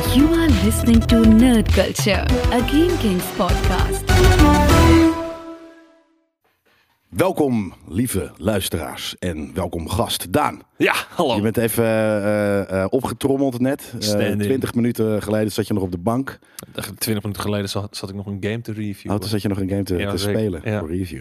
You are listening to Nerd Culture, a Game Kings podcast. Welkom, lieve luisteraars. En welkom, gast Daan. Ja, hallo. Je bent even opgetrommeld net. 20 minuten geleden zat je nog op de bank. 20 minuten geleden zat ik nog een game te reviewen. Oh, toen zat je nog een game te spelen voor review.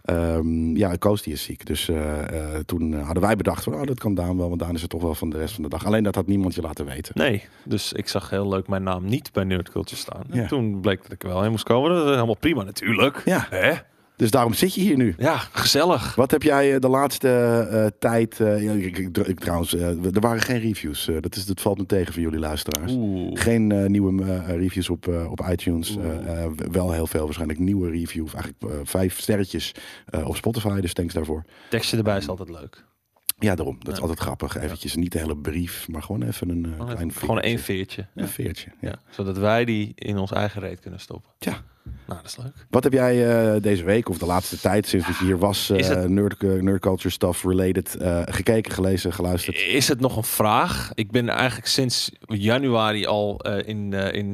Coastie is ziek. Dus toen hadden wij bedacht van, dat kan Daan wel, want Daan is er toch wel van de rest van de dag. Alleen dat had niemand je laten weten. Nee, dus ik zag heel leuk mijn naam niet bij Nerd Culture staan. Ja. En toen bleek dat ik er wel heen moest komen. Dat is helemaal prima natuurlijk. Ja. Hè? Dus daarom zit je hier nu. Ja, gezellig. Wat heb jij de laatste tijd... trouwens, er waren geen reviews. Dat valt me tegen voor jullie luisteraars. Geen nieuwe reviews op iTunes. Wel heel veel waarschijnlijk nieuwe reviews. Eigenlijk 5 sterretjes op Spotify. Dus thanks daarvoor. Tekstje erbij is altijd leuk. Ja, daarom. Dat is altijd grappig. Eventjes niet de hele brief, maar gewoon even een klein veertje. Gewoon één veertje. Een veertje, ja. Zodat wij die in ons eigen reet kunnen stoppen. Ja. Nou, dat is leuk. Wat heb jij deze week of de laatste tijd sinds dat je hier was, nerd culture stuff related, gekeken, gelezen, geluisterd? Is het nog een vraag? Ik ben eigenlijk sinds januari al in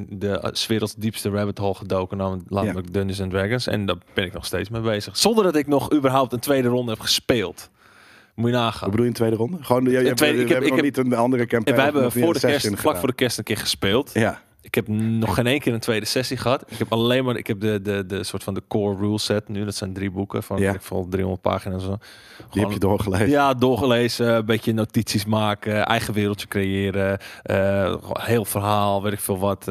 de werelds diepste rabbit hole gedoken, namelijk Dungeons and Dragons. En daar ben ik nog steeds mee bezig. Zonder dat ik nog überhaupt een tweede ronde heb gespeeld. Moet je nagaan. Wat bedoel je een tweede ronde? Gewoon, we hebben nog niet een andere campaign. Wij hebben vlak voor de kerst een keer gespeeld. Ja. Ik heb nog geen één keer een tweede sessie gehad. Ik heb alleen maar, de soort van de core rule set nu. Dat zijn 3 boeken van ik vol 300 pagina's. Gewoon, die heb je doorgelezen? Ja, doorgelezen. Een beetje notities maken. Eigen wereldje creëren. Heel verhaal, weet ik veel wat.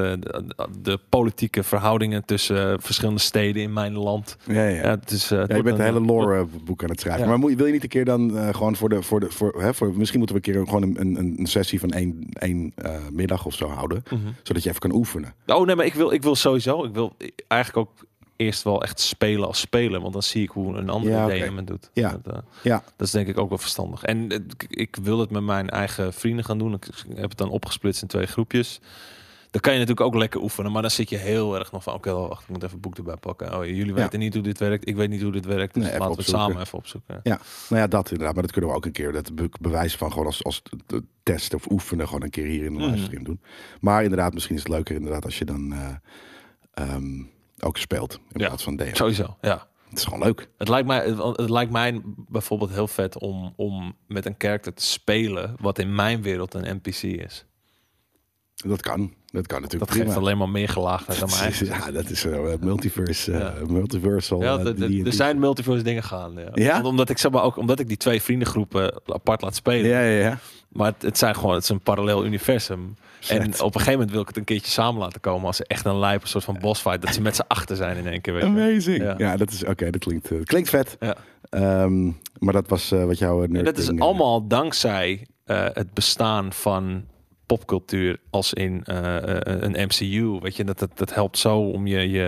De politieke verhoudingen tussen verschillende steden in mijn land. Ja. Het is, je bent een hele lore boek aan het schrijven. Ja. Maar wil je niet een keer dan gewoon misschien moeten we een keer gewoon een sessie van één middag of zo houden. Zodat je even kan oefenen. Oh nee, maar ik wil sowieso. Ik wil eigenlijk ook eerst wel echt spelen als speler. Want dan zie ik hoe een andere DM het doet. Ja. Dat is denk ik ook wel verstandig. En ik wil het met mijn eigen vrienden gaan doen. Ik heb het dan opgesplitst in 2 groepjes. Dan kan je natuurlijk ook lekker oefenen. Maar dan zit je heel erg nog van... Oké, wacht, ik moet even een boek erbij pakken. Oh, jullie weten niet hoe dit werkt. Ik weet niet hoe dit werkt. Dus laten we het samen even opzoeken. Ja, nou ja, dat inderdaad. Maar dat kunnen we ook een keer. Dat bewijzen van gewoon als testen of oefenen... gewoon een keer hier in de livestream doen. Maar inderdaad, misschien is het leuker inderdaad... als je dan ook speelt. In plaats van DM. Sowieso, ja. Het is gewoon leuk. Het lijkt mij bijvoorbeeld heel vet om met een karakter te spelen... wat in mijn wereld een NPC is. Dat kan natuurlijk. Dat geeft alleen maar meer gelaagdheid aan mijn eigen. Ja, dat is multiversal. Ja, er zijn multiverse dingen gaan. Ja? Omdat ik zeg maar ook omdat ik die 2 vriendengroepen apart laat spelen. Ja. Maar het is een parallel universum. Vet. En op een gegeven moment wil ik het een keertje samen laten komen als ze echt een lijpe soort van bossfight. Dat ze met z'n achter zijn in één keer. Weet je. Amazing. Ja, dat is oké. Dat klinkt vet. Ja. Maar dat was wat jouw nerd. Dat is allemaal dankzij het bestaan van popcultuur als in een MCU, weet je, dat helpt zo om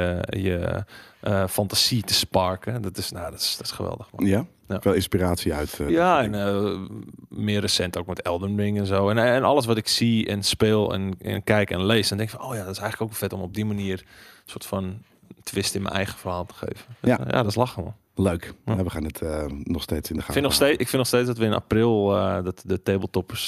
je fantasie te sparken. Dat is geweldig, man. Ja? Wel inspiratie uit. En meer recent ook met Elden Ring en zo. En alles wat ik zie en speel en kijk en lees, dan denk ik van, dat is eigenlijk ook vet om op die manier een soort van twist in mijn eigen verhaal te geven. Ja, dat is lachen, man. Leuk. Ja. We gaan het nog steeds in de gaten. Ik vind nog steeds dat we in april dat de tabletoppers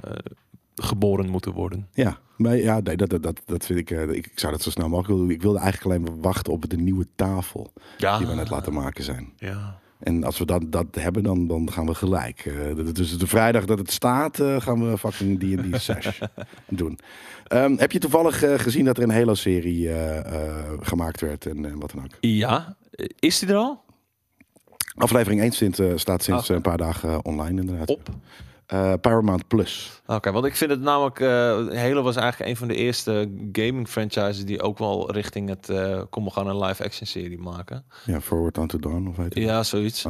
geboren moeten worden. Ja, maar dat vind ik. Ik zou dat zo snel mogelijk doen. Ik wilde eigenlijk alleen wachten op de nieuwe tafel die we net laten maken zijn. Ja. En als we dat hebben, dan gaan we gelijk. Dus de vrijdag dat het staat, gaan we fucking D&D Sesh doen. Heb je toevallig gezien dat er een Halo-serie gemaakt werd en wat dan ook? Ja, is die er al? Aflevering 1 staat sinds een paar dagen online inderdaad. Op? Paramount Plus. Oké, want ik vind het namelijk... Halo was eigenlijk een van de eerste gaming franchises die ook wel richting het... kom, we gaan een live-action serie maken. Ja, Forward Unto Dawn of weet je. Ja, zoiets.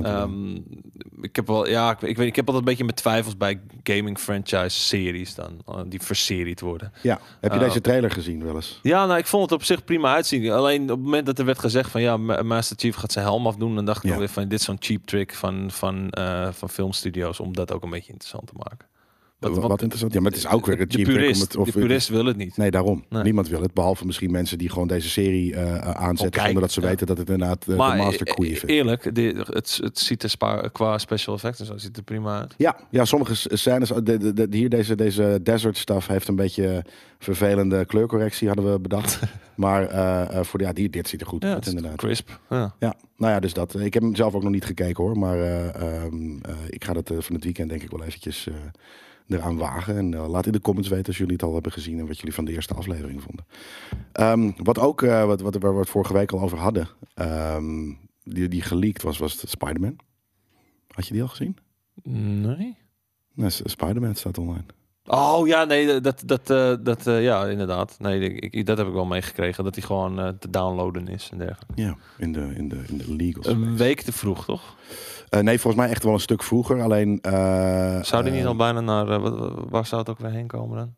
Ik heb wel... Ja, ik heb altijd een beetje mijn twijfels bij gaming franchise series dan. Die verseried worden. Ja, heb je deze trailer gezien wel eens? Ja, nou, ik vond het op zich prima uitzien. Alleen op het moment dat er werd gezegd van... Ja, Master Chief gaat zijn helm afdoen. Dan dacht ik alweer van... Dit is zo'n cheap trick van filmstudio's om dat ook een beetje interessant te maken. Wat interessant. Ja, maar het is ook weer een cheap de purist wil het niet. Nee, daarom. Nee. Niemand wil het. Behalve misschien mensen die gewoon deze serie aanzetten zonder dat ze weten dat het inderdaad de master queef is. Eerlijk, het ziet er qua special effects en zo ziet er prima uit. Ja, sommige scènes, hier deze desert stuff heeft een beetje vervelende kleurcorrectie hadden we bedacht. Maar dit ziet er goed uit inderdaad. Crisp. Ja, nou ja, dus dat. Ik heb hem zelf ook nog niet gekeken hoor, maar ik ga dat van het weekend denk ik wel eventjes eraan wagen. En laat in de comments weten als jullie het al hebben gezien en wat jullie van de eerste aflevering vonden. Wat ook, waar we het vorige week al over hadden, die geleakt was Spider-Man. Had je die al gezien? Nee. Spider-Man staat online. Oh ja, nee, ja, inderdaad. Nee, dat heb ik wel meegekregen, dat hij gewoon te downloaden is en dergelijke. Ja, in de legal space. Een week te vroeg, toch? Nee, volgens mij echt wel een stuk vroeger. Alleen. Zou die niet al bijna naar waar zou het ook weer heen komen dan?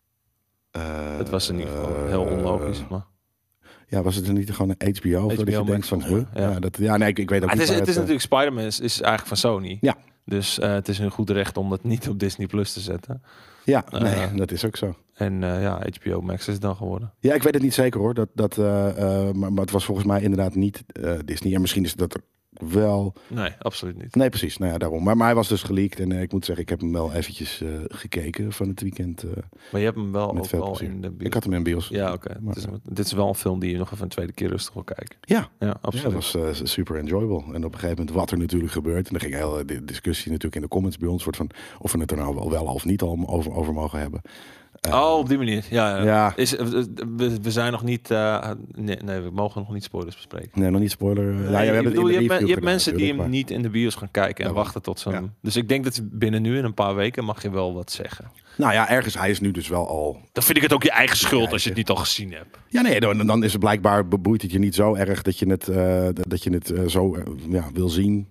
Het was in ieder geval heel onlogisch, maar. Ja, was het er niet gewoon een HBO? HBO dat je denkt van, ik weet ook niet. Het is het natuurlijk Spider-Man is eigenlijk van Sony. Ja. Dus het is een goed recht om dat niet op Disney Plus te zetten. Ja, dat is ook zo. En HBO Max is het dan geworden. Ja, ik weet het niet zeker hoor. Maar het was volgens mij inderdaad niet Disney. En misschien is dat wel. Nee, absoluut niet. Nee, precies. Nou ja, daarom. Maar hij was dus geleakt. En ik moet zeggen, ik heb hem wel eventjes gekeken van het weekend. Maar je hebt hem wel ook al in de bios. Ik had hem in bios. Ja, oké. Dit is wel een film die je nog even een tweede keer rustig wil kijken. Ja, absoluut. Ja, dat was super enjoyable. En op een gegeven moment wat er natuurlijk gebeurt. En er ging een hele discussie natuurlijk in de comments bij ons. Soort van of we het er nou wel of niet al over mogen hebben. Op die manier. Ja. We zijn nog niet. Nee, we mogen nog niet spoilers bespreken. Nee, nog niet spoiler. Je hebt mensen die hem niet in de bios gaan kijken en wachten tot ze. Dus ik denk dat binnen nu in een paar weken mag je wel wat zeggen. Nou ja, ergens hij is nu dus wel al. Dan vind ik het ook je eigen schuld als je het niet al gezien hebt. Ja, nee, dan is het blijkbaar boeit het je niet zo erg dat je het zo wil zien.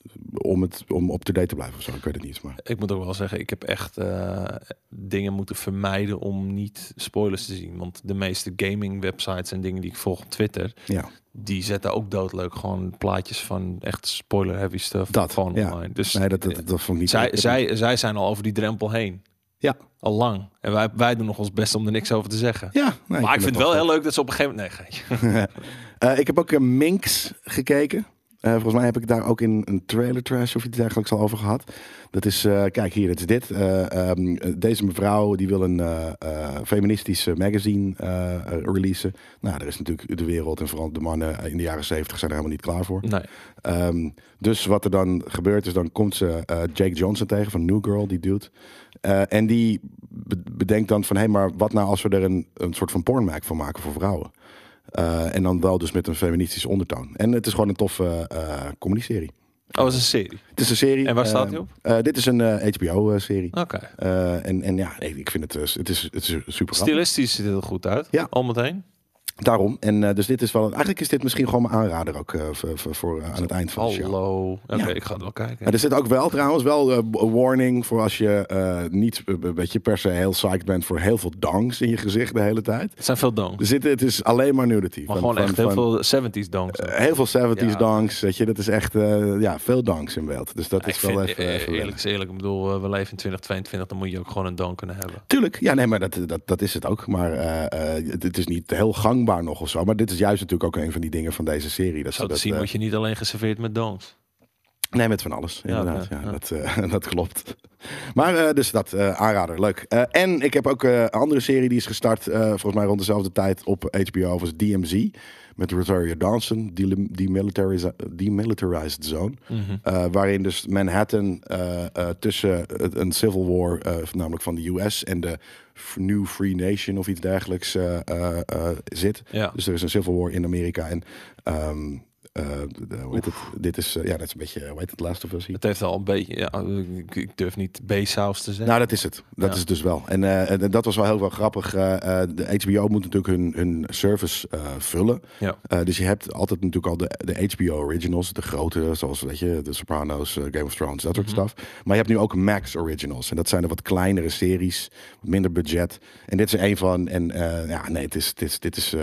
Om up-to-date te blijven of zo. Ik weet het niet. Maar. Ik moet ook wel zeggen, ik heb echt dingen moeten vermijden om niet spoilers te zien. Want de meeste gaming websites en dingen die ik volg op Twitter, die zetten ook doodleuk gewoon plaatjes van echt spoiler-heavy stuff. Dat gewoon online. Dus nee, dat vond ik niet. Zij zijn al over die drempel heen. Ja. Al lang. En wij doen nog ons best om er niks over te zeggen. Ja, maar ik vind het wel heel leuk dat ze op een gegeven moment... Nee, ik heb ook Minx gekeken. Volgens mij heb ik daar ook in een trailer trash of iets dergelijks al over gehad. Dat is, kijk hier, het is dit. Deze mevrouw die wil een feministisch magazine releasen. Nou, er is natuurlijk de wereld en vooral de mannen in de jaren 70 zijn er helemaal niet klaar voor. Nee. Dus wat er dan gebeurt is, dan komt ze Jake Johnson tegen van New Girl, die dude. En die bedenkt dan van, hé, maar wat nou als we er een soort van pornmerk van maken voor vrouwen? En dan wel dus met een feministische ondertoon. En het is gewoon een toffe comedy-serie. Oh, het is een serie? Het is een serie. En waar staat die op? Dit is een HBO-serie. Oké. En ja, ik vind het is super stilistisch ziet het er goed uit. Ja. Al meteen. Daarom. En dus dit is wel... Eigenlijk is dit misschien gewoon mijn aanrader ook voor aan het eind van de show. Hallo. Oké, ik ga het wel kijken. Er zit ook wel trouwens een warning voor als je niet een beetje per se heel psyched bent voor heel veel dongs in je gezicht de hele tijd. Het zijn veel dongs. Het is alleen maar nudity. Maar gewoon echt heel veel 70s dongs. Heel veel 70s dongs. Weet je, dat is echt veel donks in beeld. Dus dat is wel even eerlijk is eerlijk. Ik bedoel, we leven in 2022, dan moet je ook gewoon een donk kunnen hebben. Tuurlijk. Ja, nee, maar dat is het ook. Maar het is niet heel gangbaar nog of zo. Maar dit is juist natuurlijk ook een van die dingen van deze serie. Dat zo te zien word je niet alleen geserveerd met donks. Nee, met van alles. Inderdaad. Dat klopt. Maar dus dat aanrader. Leuk. En ik heb ook een andere serie die is gestart. Volgens mij rond dezelfde tijd op HBO. Was DMZ. Met Rosario Dawson. Demilitarized Zone. Mm-hmm. Waarin dus Manhattan tussen een civil war. Namelijk van de US. En de New Free Nation of iets dergelijks zit. Ja. Dus er is een civil war in Amerika. En hoe heet het? Dit is, dat is een beetje, hoe heet het, Last of Us hier? Het heeft al een beetje, ik durf niet B-saus te zeggen. Nou, dat is het. Dat is het dus wel. En dat was wel heel grappig. De HBO moet natuurlijk hun service vullen. Ja. Dus je hebt altijd natuurlijk al de HBO originals, de grote, zoals weet je, The Sopranos, Game of Thrones, dat soort stuff. Maar je hebt nu ook Max originals. En dat zijn de wat kleinere series, minder budget. En dit is een van. En dit is.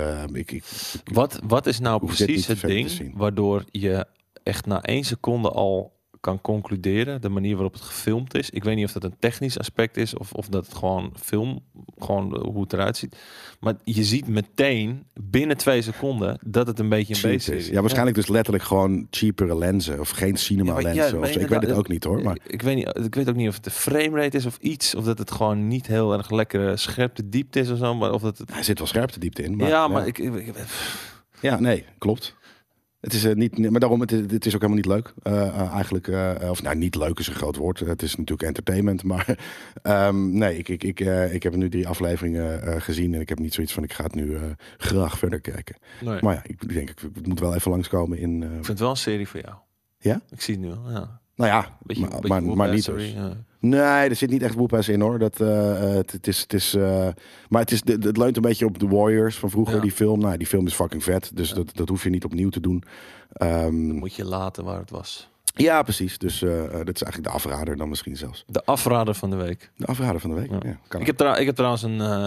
Wat is nou precies het ding waardoor je echt na 1 seconde al kan concluderen. De manier waarop het gefilmd is. Ik weet niet of dat een technisch aspect is. Of dat het gewoon film, gewoon hoe het eruit ziet. Maar je ziet meteen binnen 2 seconden dat het een beetje een beest is. Ja, waarschijnlijk dus letterlijk gewoon cheapere lenzen. Of geen cinema lenzen. Ik weet het ook niet hoor. Maar... Ik weet ook niet of het de framerate is of iets. Of dat het gewoon niet heel erg lekkere scherpte diepte is of zo. Maar of dat het... Hij zit wel scherpte diepte in. Maar, maar ja, nee, klopt. Het is niet, maar daarom, het is ook helemaal niet leuk. Eigenlijk, of nou, niet leuk is een groot woord. Het is natuurlijk entertainment, maar nee, ik heb nu 3 afleveringen gezien en ik heb niet zoiets van, ik ga het nu graag verder kijken. Nee. Maar ja, ik denk, ik moet wel even langskomen in... Ik vind het wel een serie voor jou. Ja? Ik zie het nu al, ja. Nou ja, maar niet dus. Ja. Nee, er zit niet echt whoop-ass in hoor. Maar het leunt een beetje op The Warriors van vroeger, die film. Nou, die film is fucking vet, dus dat hoef je niet opnieuw te doen. Dan moet je laten waar het was. Ja, precies. Dus dat is eigenlijk de afrader dan misschien zelfs. De afrader van de week. De afrader van de week, ja. Ik heb trouwens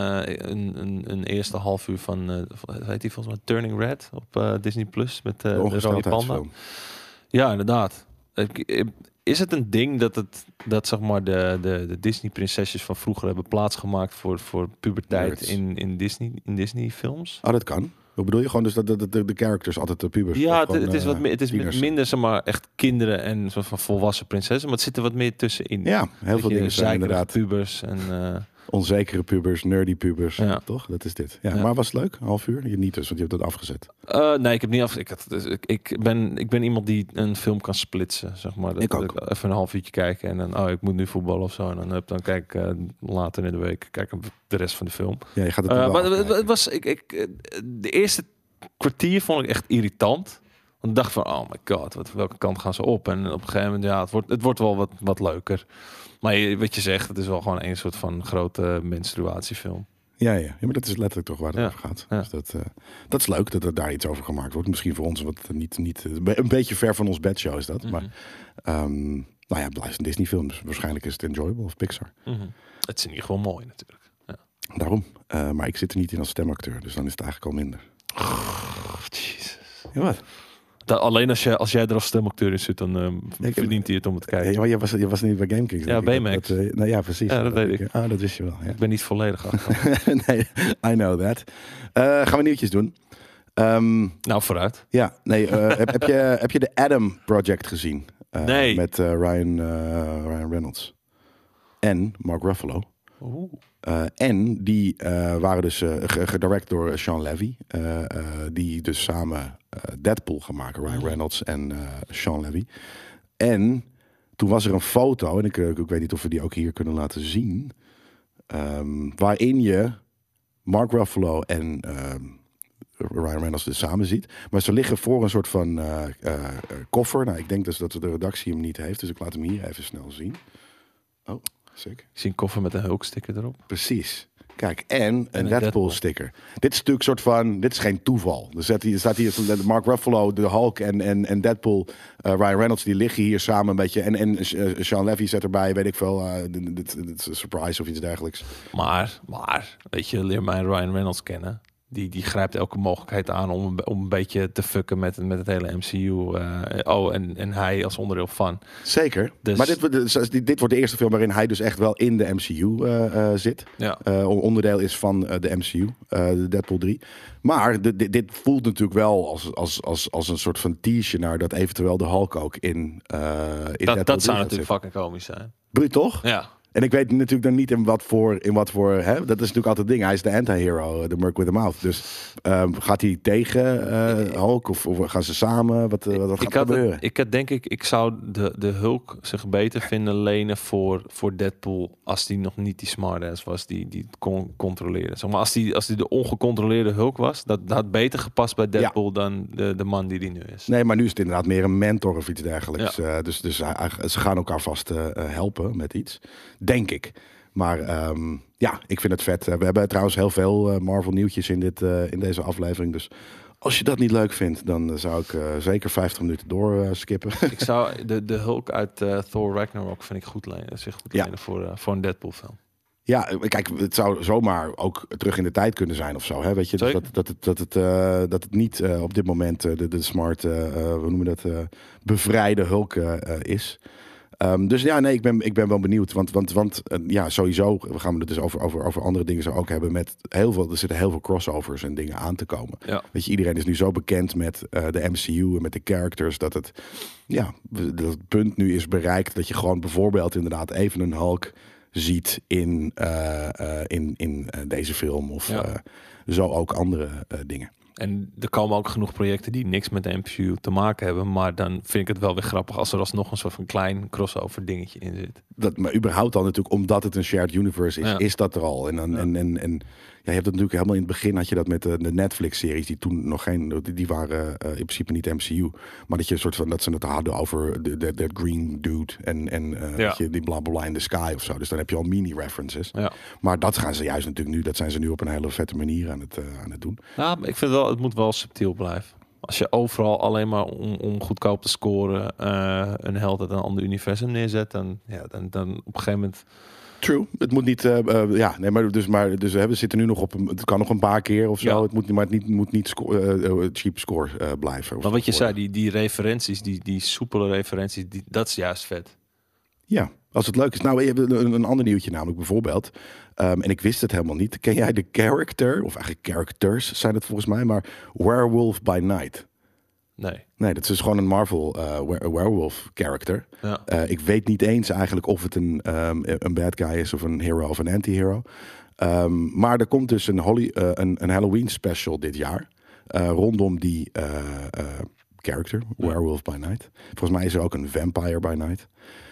een eerste half uur van heet die volgens mij Turning Red op Disney Plus met de rode panda. Ja, inderdaad. Is het een ding dat zeg maar de Disney prinsesjes van vroeger hebben plaatsgemaakt voor puberteit in Disney films? Oh, dat kan. Wat bedoel je? Gewoon dus dat de characters altijd de pubers? Ja, het is minder zeg maar echt kinderen en soort van volwassen prinsessen, maar het zit er wat meer tussenin. Ja, heel veel dingen zijn inderdaad pubers en onzekere pubers, nerdy pubers, toch? Dat is dit. Ja, maar was het leuk? Een half uur? Je niet dus, want je hebt dat afgezet. Nee, ik heb niet af. Ik ben iemand die een film kan splitsen, zeg maar. Ik ook. Even een half uurtje kijken en dan, ik moet nu voetballen of zo. En dan kijk ik later in de week de rest van de film. Ja, je gaat het wel maar het was, de eerste kwartier vond ik echt irritant. Want ik dacht van, oh my god, welke kant gaan ze op? En op een gegeven moment, het wordt wel wat leuker. Maar wat je zegt, het is wel gewoon een soort van grote menstruatiefilm. Ja, maar dat is letterlijk toch waar het over gaat. Ja. Dus dat is leuk dat er daar iets over gemaakt wordt. Misschien voor ons wat niet een beetje ver van ons bedshow is dat. Mm-hmm. Maar nou ja, het blijft een Disney film. Dus waarschijnlijk is het enjoyable of Pixar. Mm-hmm. Het is in ieder geval mooi natuurlijk. Ja. Daarom. Maar ik zit er niet in als stemacteur. Dus dan is het eigenlijk al minder. Jezus. Ja, wat? Alleen als jij er als stemacteur in zit, dan verdient hij het om het te kijken. Ja, maar je was niet bij GameKings. Ja, BMX. Nou ja, precies. Ja, dat weet ik. Dat wist je wel. Ja. Ik ben niet volledig achter. Nee, I know that. Gaan we nieuwtjes doen? Nou, vooruit. Ja, nee. heb je de Adam Project gezien? Nee. Met Ryan Reynolds. En Mark Ruffalo. En die waren dus gedirect door Sean Levy. Die dus samen Deadpool gaan maken. Ryan Reynolds en Sean Levy. En toen was er een foto. En ik weet niet of we die ook hier kunnen laten zien. Waarin je Mark Ruffalo en Ryan Reynolds dus samen ziet. Maar ze liggen voor een soort van koffer. Nou, ik denk dus dat de redactie hem niet heeft. Dus ik laat hem hier even snel zien. Oh. Zeker. Ik zie een koffer met een Hulk-sticker erop. Precies. Kijk, en een Deadpool-sticker. Dit is natuurlijk een soort van... Dit is geen toeval. Er staat hier Mark Ruffalo, de Hulk en Deadpool. Ryan Reynolds, die liggen hier samen een beetje. En Sean Levy zet erbij, weet ik veel. Dit is een surprise of iets dergelijks. Maar weet je, leer mij Ryan Reynolds kennen. Die grijpt elke mogelijkheid aan om een beetje te fucken met het hele MCU. En hij als onderdeel van. Zeker. Dus... Maar dit wordt de eerste film waarin hij dus echt wel in de MCU zit. Ja. Onderdeel is van de MCU, de Deadpool 3. Maar dit voelt natuurlijk wel als een soort van tease naar dat eventueel de Hulk ook in Deadpool 3 dat zou natuurlijk fucking komisch zijn. Bruut, toch? Ja. En ik weet natuurlijk dan niet in wat voor hè? Dat is natuurlijk altijd het ding. Hij is de anti-hero, de Merc with the Mouth. Dus gaat hij tegen Hulk of gaan ze samen? Wat gaat er gebeuren? Ik zou de Hulk zich beter vinden lenen voor Deadpool als die nog niet die smartass was die kon controleren. Zeg maar, als die de ongecontroleerde Hulk was, dat had beter gepast bij Deadpool dan de man die nu is. Nee, maar nu is het inderdaad meer een mentor of iets dergelijks. Ja. Dus ze gaan elkaar vast helpen met iets. Denk ik. Maar ik vind het vet. We hebben trouwens heel veel Marvel nieuwtjes in deze aflevering. Dus als je dat niet leuk vindt, dan zou ik zeker 50 minuten doorskippen. Ik zou de Hulk uit Thor Ragnarok vind ik goed lenen voor een Deadpool film. Ja, kijk, het zou zomaar ook terug in de tijd kunnen zijn of zo. Hè? Weet je, dus dat het niet op dit moment de smart, hoe noemen we dat, bevrijde Hulk is. Dus ja, nee, ik ben wel benieuwd. Want ja, sowieso, we gaan het dus over andere dingen zo ook hebben. Met heel veel, er zitten heel veel crossovers en dingen aan te komen. Ja. Weet je, iedereen is nu zo bekend met de MCU en met de characters dat het punt nu is bereikt dat je gewoon bijvoorbeeld inderdaad even een Hulk ziet in deze film of zo ook andere dingen. En er komen ook genoeg projecten die niks met de MCU te maken hebben. Maar dan vind ik het wel weer grappig als er alsnog een soort van klein crossover dingetje in zit. Maar überhaupt al natuurlijk, omdat het een shared universe is, is dat er al. En je hebt het natuurlijk helemaal in het begin had je dat met de Netflix-series die toen nog die waren in principe niet MCU. Maar dat je een soort van, dat ze het hadden over de green dude en die bla bla in the sky of zo. Dus dan heb je al mini-references. Ja. Maar dat gaan ze juist natuurlijk nu, dat zijn ze nu op een hele vette manier aan het doen. Ja, ik vind wel, het moet wel subtiel blijven. Als je overal alleen maar om goedkoop te scoren een held uit een ander universum neerzet, dan op een gegeven moment. True, het moet niet. Dus we zitten nu nog op. Het kan nog een paar keer of zo. Ja. Het moet niet cheap score blijven. Maar wat je zei, die referenties, die soepele referenties, dat is juist vet. Ja, als het leuk is. Nou, je hebt een ander nieuwtje namelijk bijvoorbeeld. En ik wist het helemaal niet. Ken jij de character, of eigenlijk characters zijn het volgens mij, maar Werewolf by Night? Nee, dat is dus gewoon een Marvel werewolf character. Ja. Ik weet niet eens eigenlijk of het een bad guy is of een hero of een anti-hero. Maar er komt dus een Halloween special dit jaar rondom die character, Werewolf by Night. Volgens mij is er ook een Vampire by Night.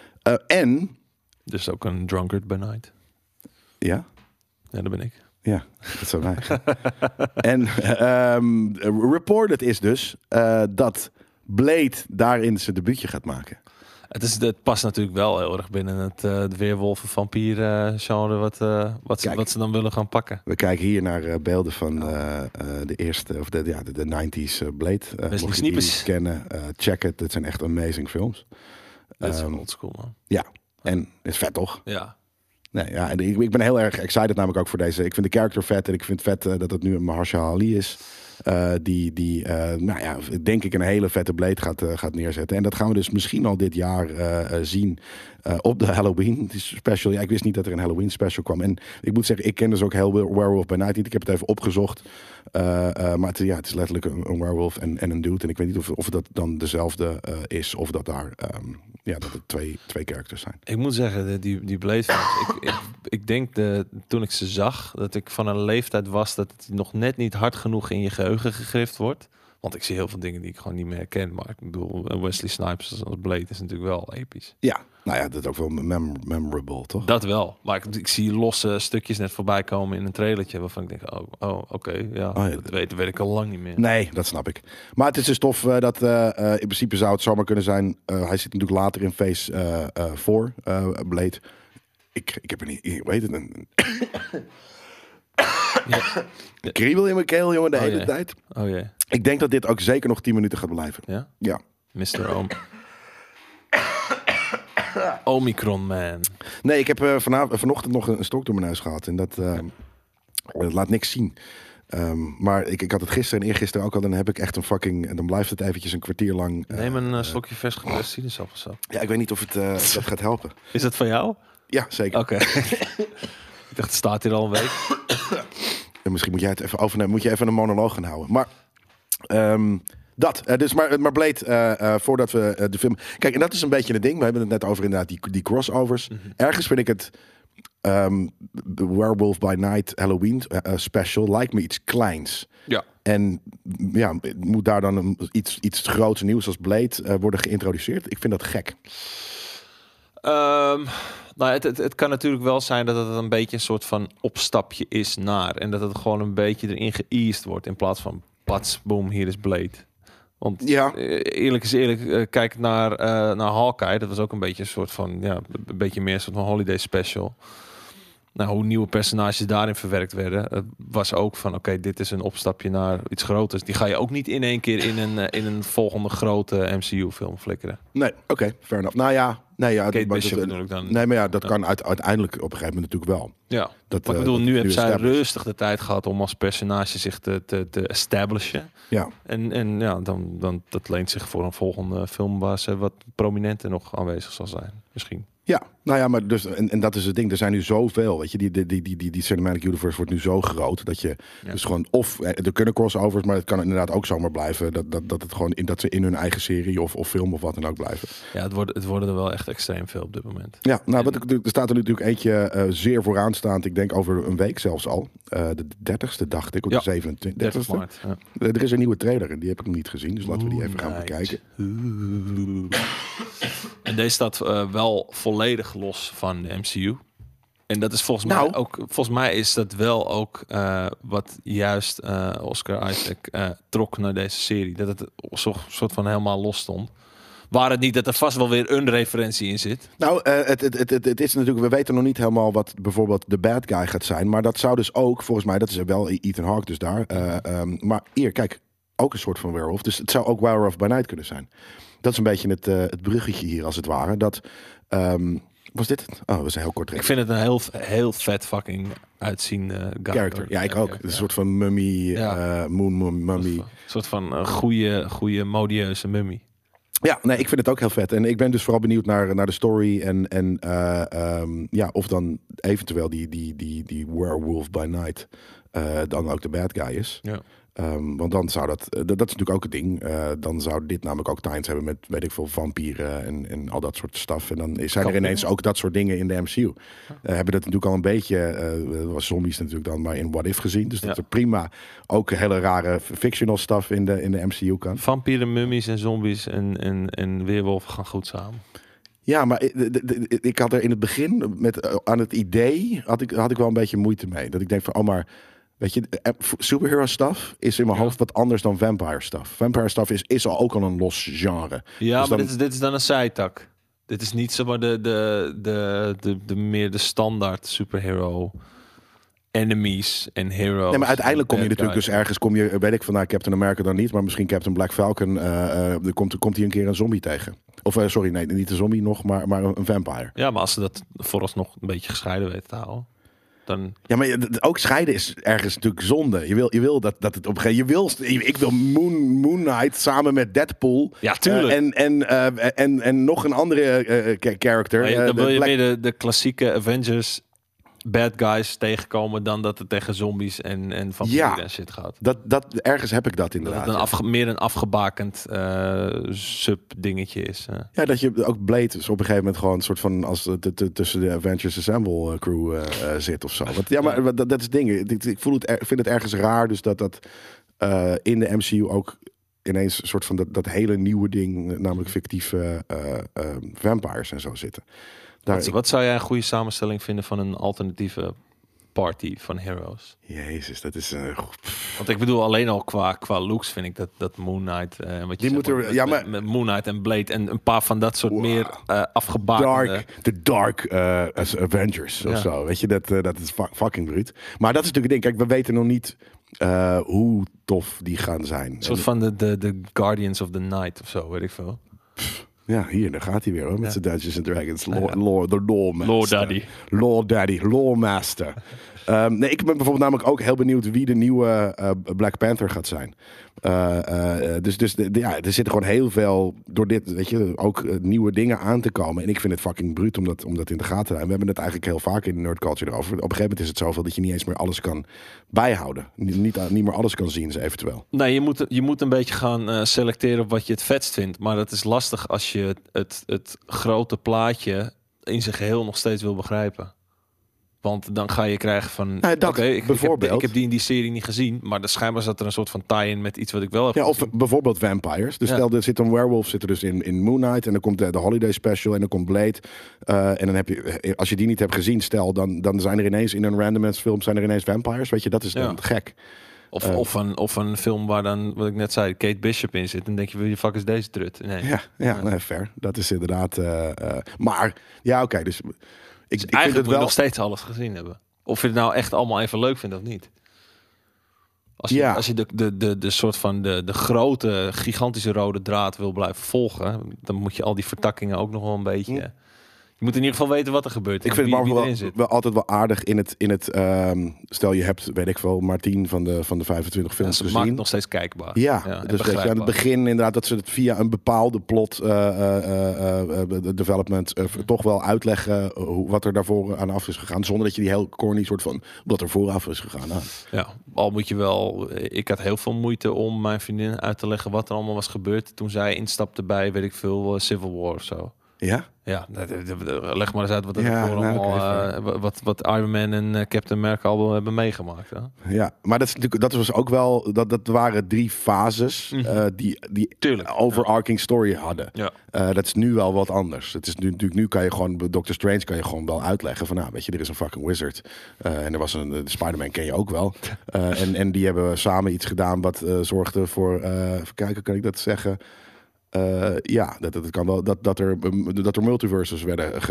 Dus ook een Drunkard by Night. Ja? Ja, dat ben ik. Ja, dat zou mij. En reported is dus dat Blade daarin zijn debuutje gaat maken. Het past natuurlijk wel heel erg binnen het weerwolven-vampier genre wat ze dan willen gaan pakken. We kijken hier naar beelden van de eerste, of de 90s Blade. Wesley Snipes. Kennen, check het. Het zijn echt amazing films. Dat is oldschool, man. Ja, en het is vet toch? Ja. Nee, ja, en ik ben heel erg excited namelijk ook voor deze. Ik vind de character vet en ik vind het vet dat het nu een Mahershala Ali is. Denk ik een hele vette Blade gaat neerzetten. En dat gaan we dus misschien al dit jaar zien op de Halloween special. Ja, ik wist niet dat er een Halloween special kwam. En ik moet zeggen, ik ken dus ook heel Werewolf by Night niet. Ik heb het even opgezocht. Maar het is letterlijk een werewolf en een dude. En ik weet niet of dat dan dezelfde is of dat daar dat het twee characters zijn. Ik moet zeggen, die Blade films, ik denk toen ik ze zag, dat ik van een leeftijd was dat het nog net niet hard genoeg in je geheugen gegrift wordt. Want ik zie heel veel dingen die ik gewoon niet meer herken. Maar ik bedoel, Wesley Snipes als Blade is natuurlijk wel episch. Ja, nou ja, dat is ook wel memorable, toch? Dat wel. Maar ik zie losse stukjes net voorbij komen in een trailertje waarvan ik denk, oké, dat weet ik al lang niet meer. Nee, dat snap ik. Maar het is dus tof dat in principe zou het zomaar kunnen zijn. Hij zit natuurlijk later in phase 4, Blade. Ik heb er niet, weet het een... kriebel in mijn keel, jongen, de hele tijd. Oh jee. Ik denk dat dit ook zeker nog 10 minuten gaat blijven. Ja? Ja. Mr. Omicron Man. Nee, ik heb vanochtend nog een stok door mijn neus gehad. En dat laat niks zien. Maar ik had het gisteren en eergisteren ook al. Dan heb ik echt een fucking... En dan blijft het eventjes een kwartier lang... Neem een slokje vers geprest sinaasappelsap. Ja, ik weet niet of het dat gaat helpen. Is dat van jou? Ja, zeker. Oké. Ik dacht, het staat hier al een week. En misschien moet jij het even overnemen. Moet je even een monoloog gaan houden. Maar maar Blade, voordat we de film... Kijk, en dat is een beetje het ding. We hebben het net over inderdaad die crossovers. Mm-hmm. Ergens vind ik het Werewolf by Night Halloween special lijkt me iets kleins. Ja. En ja, moet daar dan iets groots nieuws als Blade worden geïntroduceerd? Ik vind dat gek. Het kan natuurlijk wel zijn dat het een beetje een soort van opstapje is naar. En dat het gewoon een beetje erin geëased wordt. In plaats van pats, boom, hier is Blade. Want eerlijk is eerlijk, kijk naar Hawkeye. Dat was ook een beetje een soort van, een beetje meer een soort van holiday special. Nou, hoe nieuwe personages daarin verwerkt werden, was ook van, oké, dit is een opstapje naar iets groters. Die ga je ook niet in één keer in een volgende grote MCU-film flikkeren. Nee, oké, fair enough. Nou ja, Nee, ja, Kate Bishop natuurlijk dan. Nee, maar ja, dat kan uiteindelijk op een gegeven moment natuurlijk wel. Ja, maar ik bedoel, nu heeft zij rustig de tijd gehad om als personage zich te establishen. Ja. En ja, dan dat leent zich voor een volgende film waar ze wat prominenter nog aanwezig zal zijn, misschien. Ja, nou ja, maar dus en dat is het ding. Er zijn nu zoveel, weet je, die Cinematic Universe wordt nu zo groot dat je dus gewoon er kunnen crossovers, maar het kan inderdaad ook zomaar blijven dat het gewoon dat ze in hun eigen serie of film of wat dan ook blijven. Ja, het worden er wel echt extreem veel op dit moment. Ja, nou, er staat er natuurlijk eentje zeer vooraanstaand. Ik denk over een week zelfs al. De 30ste dacht ik, of de 27e. 30 maart. Ja. Er is een nieuwe trailer en die heb ik nog niet gezien, dus laten we die even gaan bekijken. En deze staat wel volledig los van de MCU. En dat is volgens mij is dat wel ook wat juist Oscar Isaac trok naar deze serie. Dat het soort van helemaal los stond. Waar het niet dat er vast wel weer een referentie in zit. Nou, het is natuurlijk, we weten nog niet helemaal wat bijvoorbeeld de bad guy gaat zijn. Maar dat zou dus ook, volgens mij, dat is wel Ethan Hawke dus daar. Maar hier, kijk, ook een soort van werewolf. Dus het zou ook Werewolf by Night kunnen zijn. Dat is een beetje het bruggetje hier, als het ware. Dat, was dit het? Oh, dat was een heel kort. Ik vind het een heel vet fucking uitziende character. Ja, ik ook. Het is een soort van mummy, mummy. Een soort van goede modieuze mummy. Ja, nee, ik vind het ook heel vet. En ik ben dus vooral benieuwd naar de story en ja, of dan eventueel die Werewolf by Night dan ook de bad guy is. Ja. Want dan zou dat is natuurlijk ook het ding. Dan zou dit namelijk ook times hebben met, weet ik veel, vampieren en al dat soort stuff. En dan zijn er ineens ook dat soort dingen in de MCU. Hebben dat natuurlijk al een beetje, was zombies natuurlijk dan maar in What If gezien. Dus dat er prima ook hele rare fictional stuff in de MCU kan. Vampieren, mummies en zombies en weerwolven gaan goed samen. Ja, maar ik had er in het begin aan het idee had ik wel een beetje moeite mee. Dat ik denk van, oh maar, weet je, superhero stuff is in mijn hoofd wat anders dan vampire stuff. Vampire stuff is ook al een los genre. Ja, dus maar dit is dan een zijtak. Dit is niet zomaar de meer de standaard superhero enemies en heroes. Nee, maar uiteindelijk kom je natuurlijk dus ergens, weet ik van, nou, Captain America dan niet, maar misschien Captain Black Falcon, komt hij een keer een zombie tegen. Of sorry, nee, niet een zombie nog, maar een vampire. Ja, maar als ze dat vooralsnog een beetje gescheiden weten te houden. Dan... Ja, maar ook scheiden is ergens natuurlijk zonde. Je wil dat het op een gegeven moment... Ik wil Moon Knight samen met Deadpool. Ja, tuurlijk. En nog een andere character. Ja, dan wil je meer de klassieke Avengers bad guys tegenkomen dan dat het tegen zombies en vampieren en shit gaat. Dat ergens heb ik dat inderdaad. Dat het meer een afgebakend sub-dingetje is. Ja, dat je ook Blade is op een gegeven moment gewoon een soort van als tussen de Avengers Assemble crew zit of zo. Want, ja, maar dat is dingen. Ik vind het ergens raar dus dat in de MCU ook ineens een soort van dat hele nieuwe ding, namelijk fictieve vampires en zo zitten. Wat zou jij een goede samenstelling vinden van een alternatieve party van heroes? Jezus, dat is... Want ik bedoel, alleen al qua looks vind ik dat Moon Knight... wat je zegt, met Moon Knight en Blade en een paar van dat soort meer afgebakende... De dark Avengers of zo. Weet je, dat is fucking bruut. Maar dat is natuurlijk het ding. Kijk, we weten nog niet hoe tof die gaan zijn. Een soort van de Guardians of the Night of zo, weet ik veel. Ja, hier, daar gaat hij weer hoor, met zijn Dungeons and Dragons. The Lore Master. Lord Daddy. Lore Master. Nee, ik ben bijvoorbeeld namelijk ook heel benieuwd wie de nieuwe Black Panther gaat zijn. Dus er zitten gewoon heel veel door dit, weet je, ook nieuwe dingen aan te komen. En ik vind het fucking bruut om dat in de gaten te houden. We hebben het eigenlijk heel vaak in de nerd culture erover. Op een gegeven moment is het zoveel dat je niet eens meer alles kan bijhouden. Niet meer alles kan zien, eventueel. Nee, je moet een beetje gaan selecteren op wat je het vetst vindt. Maar dat is lastig als je het grote plaatje in zijn geheel nog steeds wil begrijpen. Want dan ga je krijgen van... ik heb die in die serie niet gezien. Maar schijnbaar zat er een soort van tie-in met iets wat ik wel heb gezien. Of bijvoorbeeld vampires. Dus stel, er zit een werewolf zit er dus in Moon Knight. En dan komt de Holiday Special en dan komt Blade. En dan heb je... Als je die niet hebt gezien, stel, dan zijn er ineens in een random film zijn er ineens vampires. Weet je, dat is dan gek. Of een film waar dan, wat ik net zei, Kate Bishop in zit. Dan denk je, wie de fuck is deze trut? Nee. Nee, fair. Dat is inderdaad... maar, ja, oké, dus... Ik eigenlijk moet je nog steeds alles gezien hebben. Of je het nou echt allemaal even leuk vindt of niet. Als je de soort van de grote, gigantische rode draad wil blijven volgen, dan moet je al die vertakkingen ook nog wel een beetje... Je moet in ieder geval weten wat er gebeurt. Ik vind Marvel wel altijd wel aardig in het stel je hebt, weet ik veel, maar 10 van de 25 films gezien. Maakt het nog steeds kijkbaar. Ja, dus weet je, aan het begin inderdaad dat ze het via een bepaalde plot development toch wel uitleggen wat er daarvoor aan af is gegaan. Zonder dat je die heel corny soort van wat er vooraf is gegaan. Ja, al moet je wel... Ik had heel veel moeite om mijn vriendin uit te leggen wat er allemaal was gebeurd toen zij instapte bij, weet ik veel, Civil War of zo. Ja? Ja, leg maar eens uit wat wat Iron Man en Captain America al hebben meegemaakt. Hè? Ja, maar dat was ook wel... Dat waren 3 fases die overarching story hadden. Ja. Dat is nu wel wat anders. Het is nu kan je gewoon... Doctor Strange kan je gewoon wel uitleggen van... weet je, er is een fucking wizard. En er was de Spider-Man ken je ook wel. En die hebben samen iets gedaan wat zorgde voor... even kijken, kan ik dat zeggen... dat kan wel dat er multiverse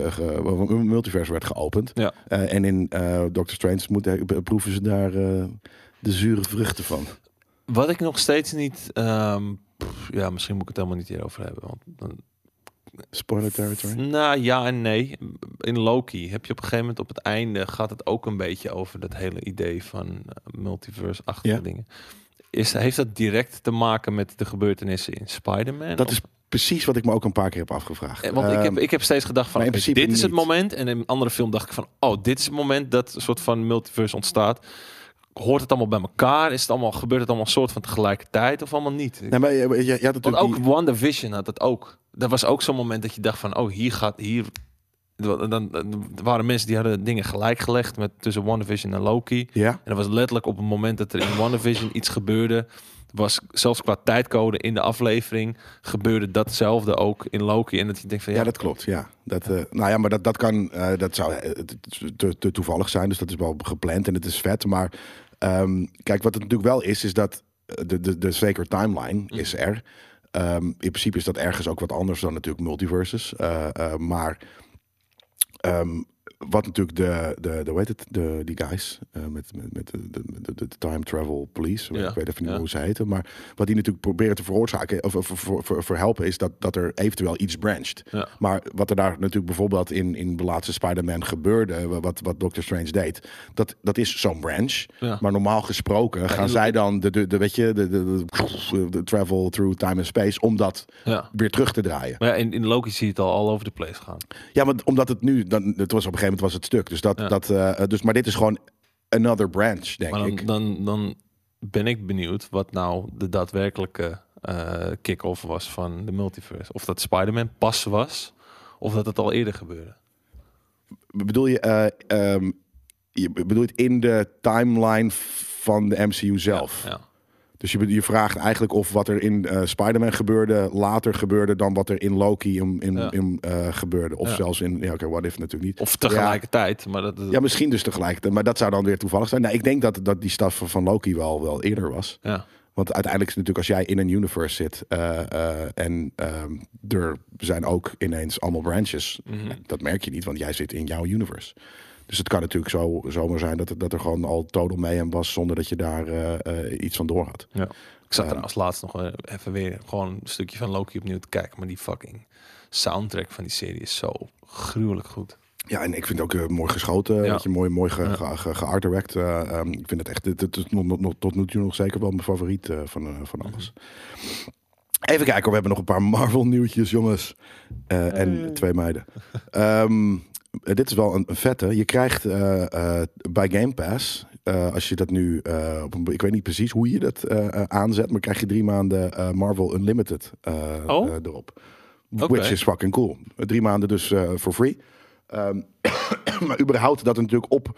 werd geopend. Ja. En in Doctor Strange proeven ze daar de zure vruchten van. Wat ik nog steeds niet... misschien moet ik het helemaal niet hierover hebben. Want spoiler territory? Nou, ja en nee. In Loki heb je op een gegeven moment op het einde... gaat het ook een beetje over dat hele idee van multiverse-achtige dingen. Heeft dat direct te maken met de gebeurtenissen in Spider-Man? Dat is precies wat ik me ook een paar keer heb afgevraagd. Want ik heb steeds gedacht van, dit is het moment. En in een andere film dacht ik van, dit is het moment dat een soort van multiverse ontstaat. Hoort het allemaal bij elkaar? Gebeurt het allemaal soort van tegelijkertijd of allemaal niet? Nee, maar je had want ook WandaVision had dat ook. Dat was ook zo'n moment dat je dacht van, hier... Dan waren mensen die hadden dingen gelijk gelegd tussen WandaVision en Loki. Ja. En dat was letterlijk op het moment dat er in WandaVision iets gebeurde, was zelfs qua tijdcode in de aflevering gebeurde datzelfde ook in Loki. En dat je denkt van ja, dat klopt. Ja, maar dat kan, dat zou te toevallig zijn. Dus dat is wel gepland en het is vet. Maar kijk, wat het natuurlijk wel is dat de zeker timeline is er. In principe is dat ergens ook wat anders dan natuurlijk multiverses. Maar wat natuurlijk hoe heet het? Die guys met de time travel police. Ik weet even niet hoe ze heten. Maar wat die natuurlijk proberen te veroorzaken of verhelpen is dat er eventueel iets branched. Ja. Maar wat er daar natuurlijk bijvoorbeeld in de laatste Spider-Man gebeurde, wat Doctor Strange deed, dat is zo'n branch. Ja. Maar normaal gesproken gaan zij dan de travel through time and space om dat weer terug te draaien. Maar in Loki zie je het al over de place gaan. Ja, maar omdat het nu, het was op een gegeven moment was het stuk. Dus maar dit is gewoon another branch, denk ik. Dan ben ik benieuwd wat nou de daadwerkelijke kick-off was van de multiverse. Of dat Spider-Man pas was, of dat het al eerder gebeurde. Bedoel je bedoelt in de timeline van de MCU zelf? Ja. Dus je vraagt eigenlijk of wat er in Spider-Man gebeurde later gebeurde dan wat er in Loki gebeurde. Of zelfs in, what if natuurlijk niet. Of tegelijkertijd. Maar ja, misschien dus tegelijkertijd. Maar dat zou dan weer toevallig zijn. Nou, ik denk dat die staf van Loki wel eerder was. Ja. Want uiteindelijk is het natuurlijk als jij in een universe zit en er zijn ook ineens allemaal branches. Mm-hmm. Dat merk je niet, want jij zit in jouw universe. Dus het kan natuurlijk zomaar zijn dat er gewoon al total mayhem was zonder dat je daar iets van door had. Ja. Ik zat er als laatst nog even weer gewoon een stukje van Loki opnieuw te kijken. Maar die fucking soundtrack van die serie is zo gruwelijk goed. Ja, en ik vind het ook mooi geschoten. Ja. Mooi geartworked. Ik vind het echt, het is tot nu toe nog zeker wel mijn favoriet van alles. Even kijken, we hebben nog een paar Marvel nieuwtjes, jongens. En 2 meiden. Dit is wel een vette. Je krijgt bij Game Pass, als je dat nu, ik weet niet precies hoe je dat aanzet, maar krijg je 3 maanden Marvel Unlimited erop. Okay. Which is fucking cool. 3 maanden dus for free. Maar überhaupt dat er natuurlijk op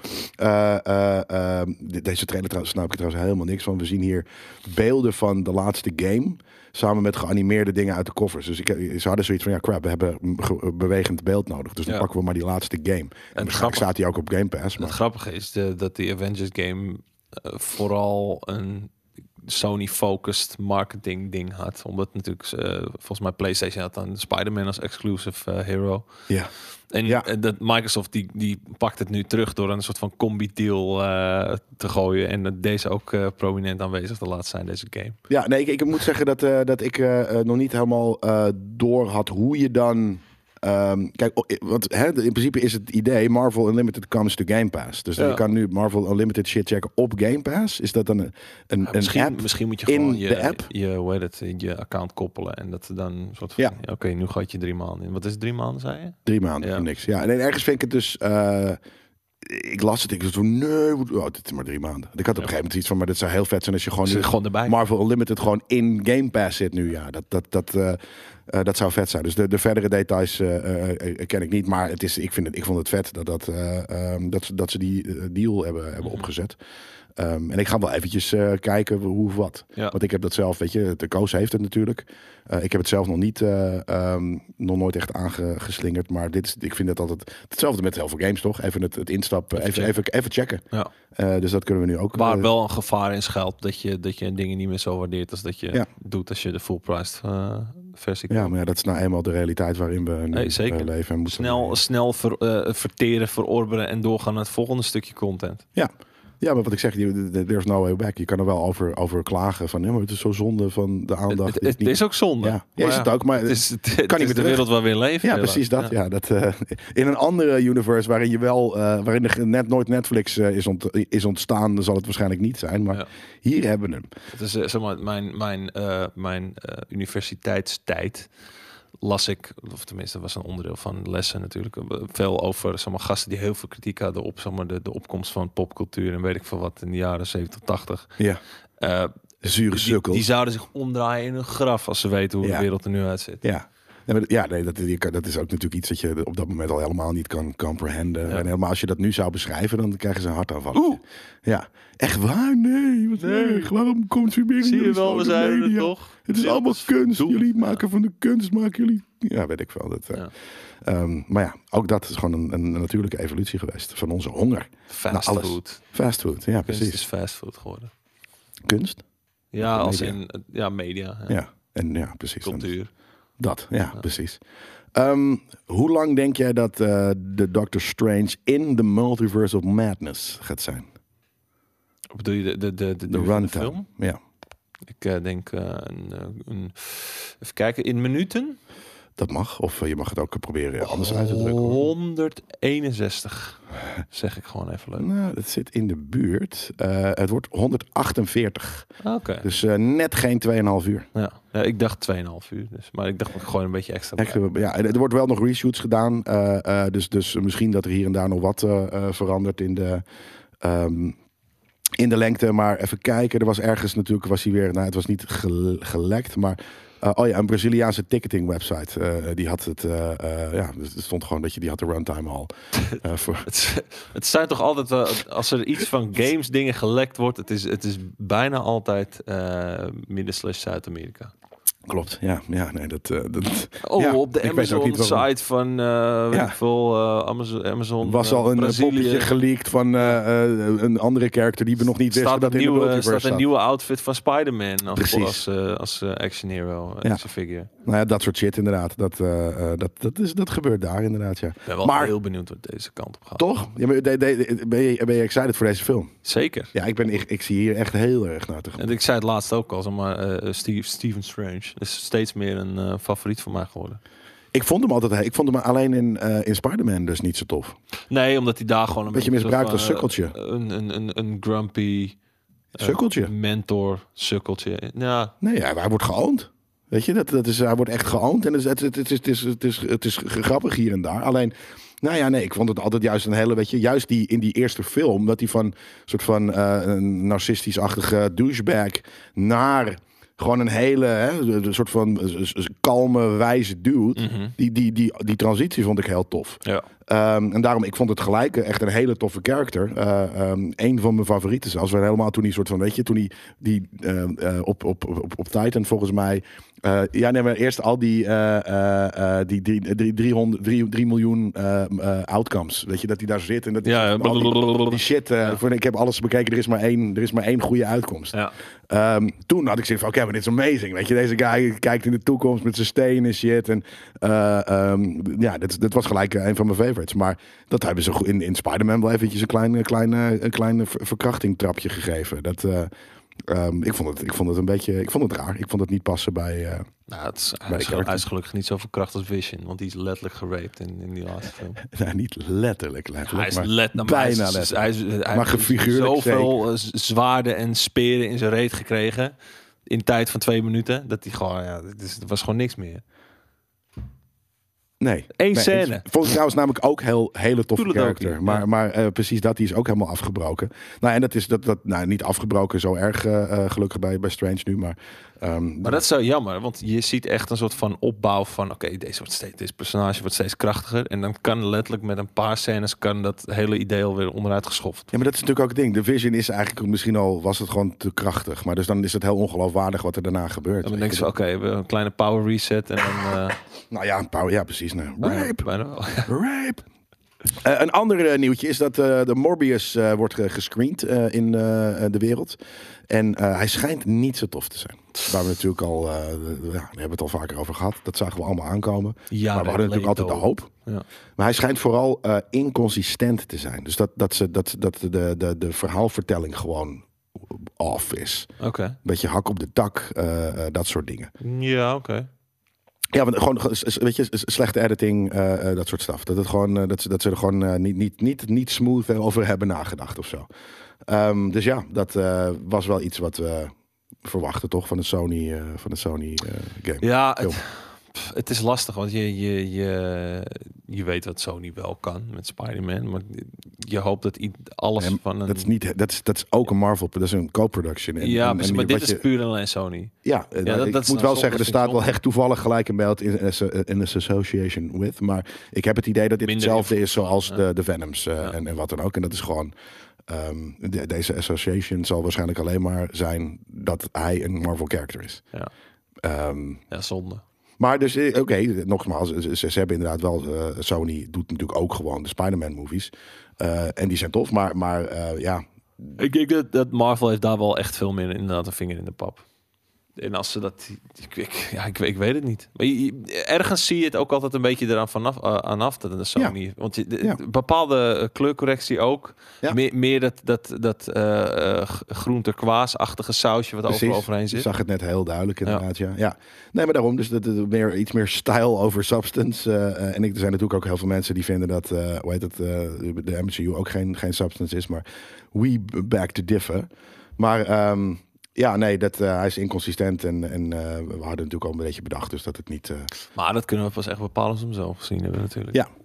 deze trailer snap ik trouwens helemaal niks van. We zien hier beelden van de laatste game samen met geanimeerde dingen uit de koffers. Dus ze hadden zoiets van, crap, we hebben bewegend beeld nodig. Dus dan pakken we maar die laatste game. En waarschijnlijk staat die ook op Game Pass. Maar... Het grappige is dat die Avengers game vooral Sony-focused marketing ding had. Omdat natuurlijk, volgens mij PlayStation had dan Spider-Man als exclusive hero. Ja. En dat Microsoft die pakt het nu terug door een soort van combi-deal te gooien. En deze ook prominent aanwezig te laten zijn, deze game. Ja, nee, ik moet zeggen dat ik nog niet helemaal door had hoe je dan... kijk, want in principe is het idee Marvel Unlimited comes to Game Pass. Dus je kan nu Marvel Unlimited shit checken op Game Pass. Is dat dan een app? Misschien moet je gewoon je account koppelen en dat er dan een soort van... Oké, nu gaat je 3 maanden in. Wat is het, 3 maanden, zei je? 3 maanden, voor niks. Ja, en ergens vind ik het dus... ik las het, ik was van nee, dit is maar 3 maanden. Ik had op een gegeven moment iets van, maar dit zou heel vet zijn als je gewoon erbij. Marvel Unlimited gewoon in Game Pass zit nu. Ja, dat zou vet zijn. Dus de verdere details ken ik niet, maar ik vond het vet dat ze die deal hebben opgezet. En ik ga wel eventjes kijken hoe of wat. Ja. Want ik heb dat zelf, weet je, de Koos heeft het natuurlijk. Ik heb het zelf nog nooit echt aangeslingerd. Maar ik vind het altijd hetzelfde met heel veel games, toch? Even het instappen, even checken. Ja. Dus dat kunnen we nu ook. Waar wel een gevaar in schuilt dat je dingen niet meer zo waardeert als dat je doet als je de full-priced versie koopt. Ja, maar dat is nou eenmaal de realiteit waarin we nu leven. En snel verteren, verorberen en doorgaan naar het volgende stukje content. Ja. Ja, maar wat ik zeg, there's no way back. Je kan er wel over klagen van, maar het is zo zonde van de aandacht. Het is ook zonde. Ja, is het ook, maar het kan niet met de wereld waar we in leven. Ja, precies dat. Ja. In een andere universe waarin je wel, waarin er nooit Netflix is ontstaan, zal het waarschijnlijk niet zijn. Maar hier hebben we hem. Het is zeg maar mijn universiteitstijd. Las ik, of tenminste was een onderdeel van lessen natuurlijk, veel over gasten die heel veel kritiek hadden op de opkomst van popcultuur en weet ik veel wat in de jaren 70, 80. Ja. Zure sukkels. Die zouden zich omdraaien in hun graf als ze weten hoe de wereld er nu uitziet. Ja. Dat is ook natuurlijk iets dat je op dat moment al helemaal niet kan comprehenden. Ja. En helemaal als je dat nu zou beschrijven, dan krijgen ze een hartaanval. Ja, echt waar? Nee, wat erg. Waarom komt ze weer in? Zie je wel, we zijn er toch. Het is allemaal kunst. Jullie maken van de kunst, maken jullie... Ja, weet ik wel. Maar ja, ook dat is gewoon een natuurlijke evolutie geweest van onze honger. Fast food. Fast food, ja, precies. Kunst is fast food geworden. Kunst? Ja, als in media. Ja, en ja, precies. Cultuur. Dat, precies. Hoe lang denk jij dat de Doctor Strange in the Multiverse of Madness gaat zijn? Wat bedoel je, de runtime film? Ja. Ik denk even kijken, in minuten? Dat mag, of je mag het ook proberen anders uit te drukken. 161, zeg ik gewoon even leuk. Nou, dat zit in de buurt. Het wordt 148. Oké. Dus net geen 2,5 uur. Ja, ik dacht 2,5 uur. Dus, maar ik dacht gewoon een beetje extra. Ja, er wordt wel nog reshoots gedaan. Dus misschien dat er hier en daar nog wat verandert in de lengte. Maar even kijken. Er was ergens natuurlijk, het was niet gelekt, maar... een Braziliaanse ticketing website. Die had het. Er stond gewoon dat die had de runtime al. Het zijn toch altijd als er iets van games dingen gelekt wordt. Het is bijna altijd Midden/Zuid-Amerika. Klopt, ja, nee, dat op de Amazon-site van Amazon was al een poppetje geleakt van een andere character die we nog niet wisten dat in de multiverse staat een nieuwe outfit van Spider-Man als action hero, action figure. Nou ja, dat soort shit inderdaad. Dat gebeurt daar inderdaad, ja. Ik ben wel heel benieuwd wat deze kant op gaat. Toch? Ja, ben je excited voor deze film? Zeker. Ja, ik zie hier echt heel erg naar tegemoet. En ik zei het laatst ook al, maar Stephen Strange is steeds meer een favoriet van mij geworden. Ik vond hem alleen in Spider-Man dus niet zo tof. Nee, omdat hij daar gewoon een beetje misbruikt als sukkeltje. Een grumpy sukkeltje. Mentor sukkeltje. Ja. Nee, hij wordt geowned. Weet je, hij wordt echt geowned. En het is grappig hier en daar. Alleen, ik vond het altijd juist een hele, weet je, juist in die eerste film, dat hij van soort van een narcistisch-achtige douchebag naar gewoon een hele, een soort van kalme, wijze dude. Mm-hmm. Die transitie vond ik heel tof. Ja. En daarom, ik vond het gelijk echt een hele toffe character. Een van mijn favorieten zelfs. Helemaal toen die soort van, weet je, toen die op Titan volgens mij... maar eerst al die 3 miljoen outcomes. Weet je, dat hij daar zit en dat die shit. Ik heb alles bekeken, er is maar één goede uitkomst. Ja. Toen had ik zoiets van, oké, maar dit is amazing. Weet je, deze guy kijkt in de toekomst met zijn steen en shit. En dit was gelijk een van mijn favorites. Maar dat hebben ze in Spider-Man wel eventjes een klein verkrachting-trapje gegeven. Ik vond het een beetje... Ik vond het raar. Ik vond het niet passen bij... hij is gelukkig niet zo verkracht als Vision. Want die is letterlijk geraped in die laatste film. Nou, niet letterlijk. Hij is bijna letterlijk. Hij maar gefiguurlijk zoveel zwaarden en speren in zijn reet gekregen. In tijd van 2 minuten. Dat hij gewoon... het was gewoon niks meer. Nee. Eén scène. Vond ik trouwens namelijk ook hele toffe character. Maar precies dat, die is ook helemaal afgebroken. Nou, en dat is niet afgebroken zo erg gelukkig bij Strange nu. Maar dat is zo jammer, want je ziet echt een soort van opbouw van... Oké, deze personage wordt steeds krachtiger. En dan kan letterlijk met een paar scènes kan dat hele idee alweer onderuit geschoft. Ja, maar dat is natuurlijk ook het ding. De Vision is eigenlijk misschien al... was het gewoon te krachtig. Maar dus dan is het heel ongeloofwaardig wat er daarna gebeurt. En dan denk je van, oké, een kleine power reset en dan... Nou ja, precies. Nou, rape. Bijna wel. Rape. Een ander nieuwtje is dat de Morbius wordt gescreend in de wereld. En hij schijnt niet zo tof te zijn. Waar we natuurlijk al... daar hebben we het al vaker over gehad. Dat zagen we allemaal aankomen. Ja, maar we hadden natuurlijk altijd de hoop. Ja. Maar hij schijnt vooral inconsistent te zijn. Dus dat de verhaalvertelling gewoon off is. Oké. Beetje hak op de tak. Dat soort dingen. Ja, oké. Ja, want gewoon, weet je, slechte editing, dat soort stuff. Dat ze er gewoon niet smooth over hebben nagedacht of zo. Dus ja, dat was wel iets wat we verwachten toch van de Sony game. Ja, het is lastig, want je weet wat Sony wel kan met Spider-Man, maar je hoopt dat alles van een... Dat is ook een Marvel, dat is een co-production. Maar dit is puur alleen Sony. Ja, ik moet wel zeggen, er staat wel echt toevallig gelijk een beeld in association with, maar ik heb het idee dat dit hetzelfde is zoals de Venoms en wat dan ook. En dat is gewoon... deze association zal waarschijnlijk alleen maar zijn dat hij een Marvel character is. Ja, zonde. Maar dus, nogmaals, ze hebben inderdaad wel... Sony doet natuurlijk ook gewoon de Spider-Man movies. En die zijn tof, maar ja... Ik denk dat Marvel heeft daar wel echt veel meer inderdaad een vinger in de pap. En als ze dat... Ik weet het niet. Maar ergens zie je het ook altijd een beetje eraan vanaf dat de Sony... Ja. Want bepaalde kleurcorrectie ook. Ja. Meer dat groen turquoise-achtige sausje wat overheen zit. Ik zag het net heel duidelijk inderdaad, ja. Nee, maar daarom. Dus iets meer style over substance. En er zijn natuurlijk ook heel veel mensen die vinden dat... de MCU ook geen substance is. Maar we back to differ. Maar... hij is inconsistent en we hadden natuurlijk al een beetje bedacht, dus dat het niet... Maar dat kunnen we pas echt bepalen als we hem zelf gezien hebben natuurlijk. Ja,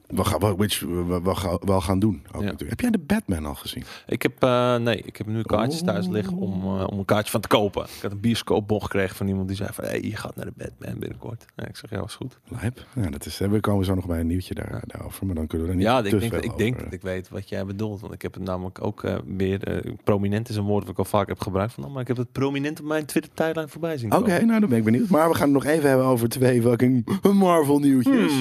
we wel gaan doen. Ook natuurlijk. Heb jij de Batman al gezien? Ik heb nu kaartjes thuis liggen om een kaartje van te kopen. Ik had een bioscoopbon gekregen van iemand die zei van, je gaat naar de Batman binnenkort. Ja, ik zeg, ja, is goed. Lijp. Ja, we komen zo nog bij een nieuwtje daarover, maar dan kunnen we er niet ik denk dat ik weet wat jij bedoelt, want ik heb het namelijk ook meer... prominent is een woord dat ik al vaak heb gebruikt van, maar ik heb het prominent op mijn Twitter-tijdlijn voorbij zien komen. Oké, nou dan ben ik benieuwd. Maar we gaan het nog even hebben over 2 fucking Marvel nieuwtjes.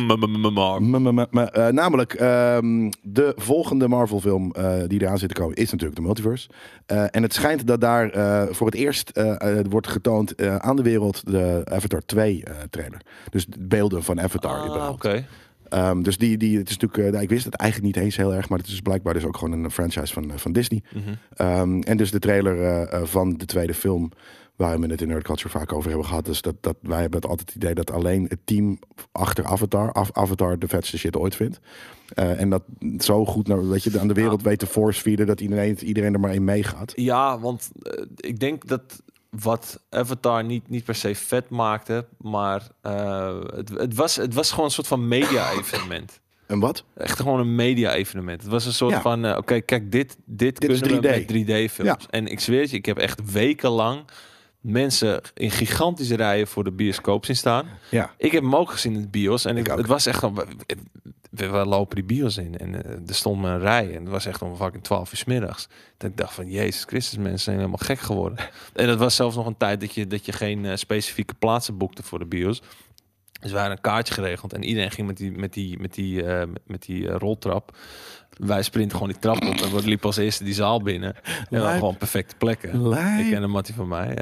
Namelijk, de volgende Marvel film die eraan zit te komen is natuurlijk de Multiverse. En het schijnt dat daar voor het eerst wordt getoond aan de wereld de Avatar 2 trailer. Dus beelden van Avatar überhaupt. Okay. Dus het is natuurlijk, ik wist het eigenlijk niet eens heel erg, maar het is blijkbaar dus ook gewoon een franchise van Disney. Mm-hmm. En dus de trailer van de tweede film, waar we het in Nerd Culture vaak over hebben gehad, dus dat wij hebben altijd het idee dat alleen het team achter Avatar de vetste shit ooit vindt. En dat zo goed aan de wereld weet te force feeden dat iedereen er maar in meegaat. Ja, want ik denk dat wat Avatar niet per se vet maakte, maar het was gewoon een soort van media-evenement. Een wat? Echt gewoon een media-evenement. Het was een soort van, oké, kijk, dit kunnen we met 3D-films. Ja. En ik zweer je, ik heb echt wekenlang mensen in gigantische rijen voor de bioscoop zien staan. Ja. Ik heb hem ook gezien in de bios. En het was echt gewoon... We lopen die bios in. En er stond me een rij. En het was echt om fucking 12 uur 's middags. Dat ik dacht van, Jezus Christus, mensen zijn helemaal gek geworden. En dat was zelfs nog een tijd dat je geen specifieke plaatsen boekte voor de bios. Dus we hadden een kaartje geregeld. En iedereen ging met die roltrap. Wij sprinten gewoon die trap op en we liepen als eerste die zaal binnen. En dan gewoon perfecte plekken. Lijp. Ik ken een mattie van mij.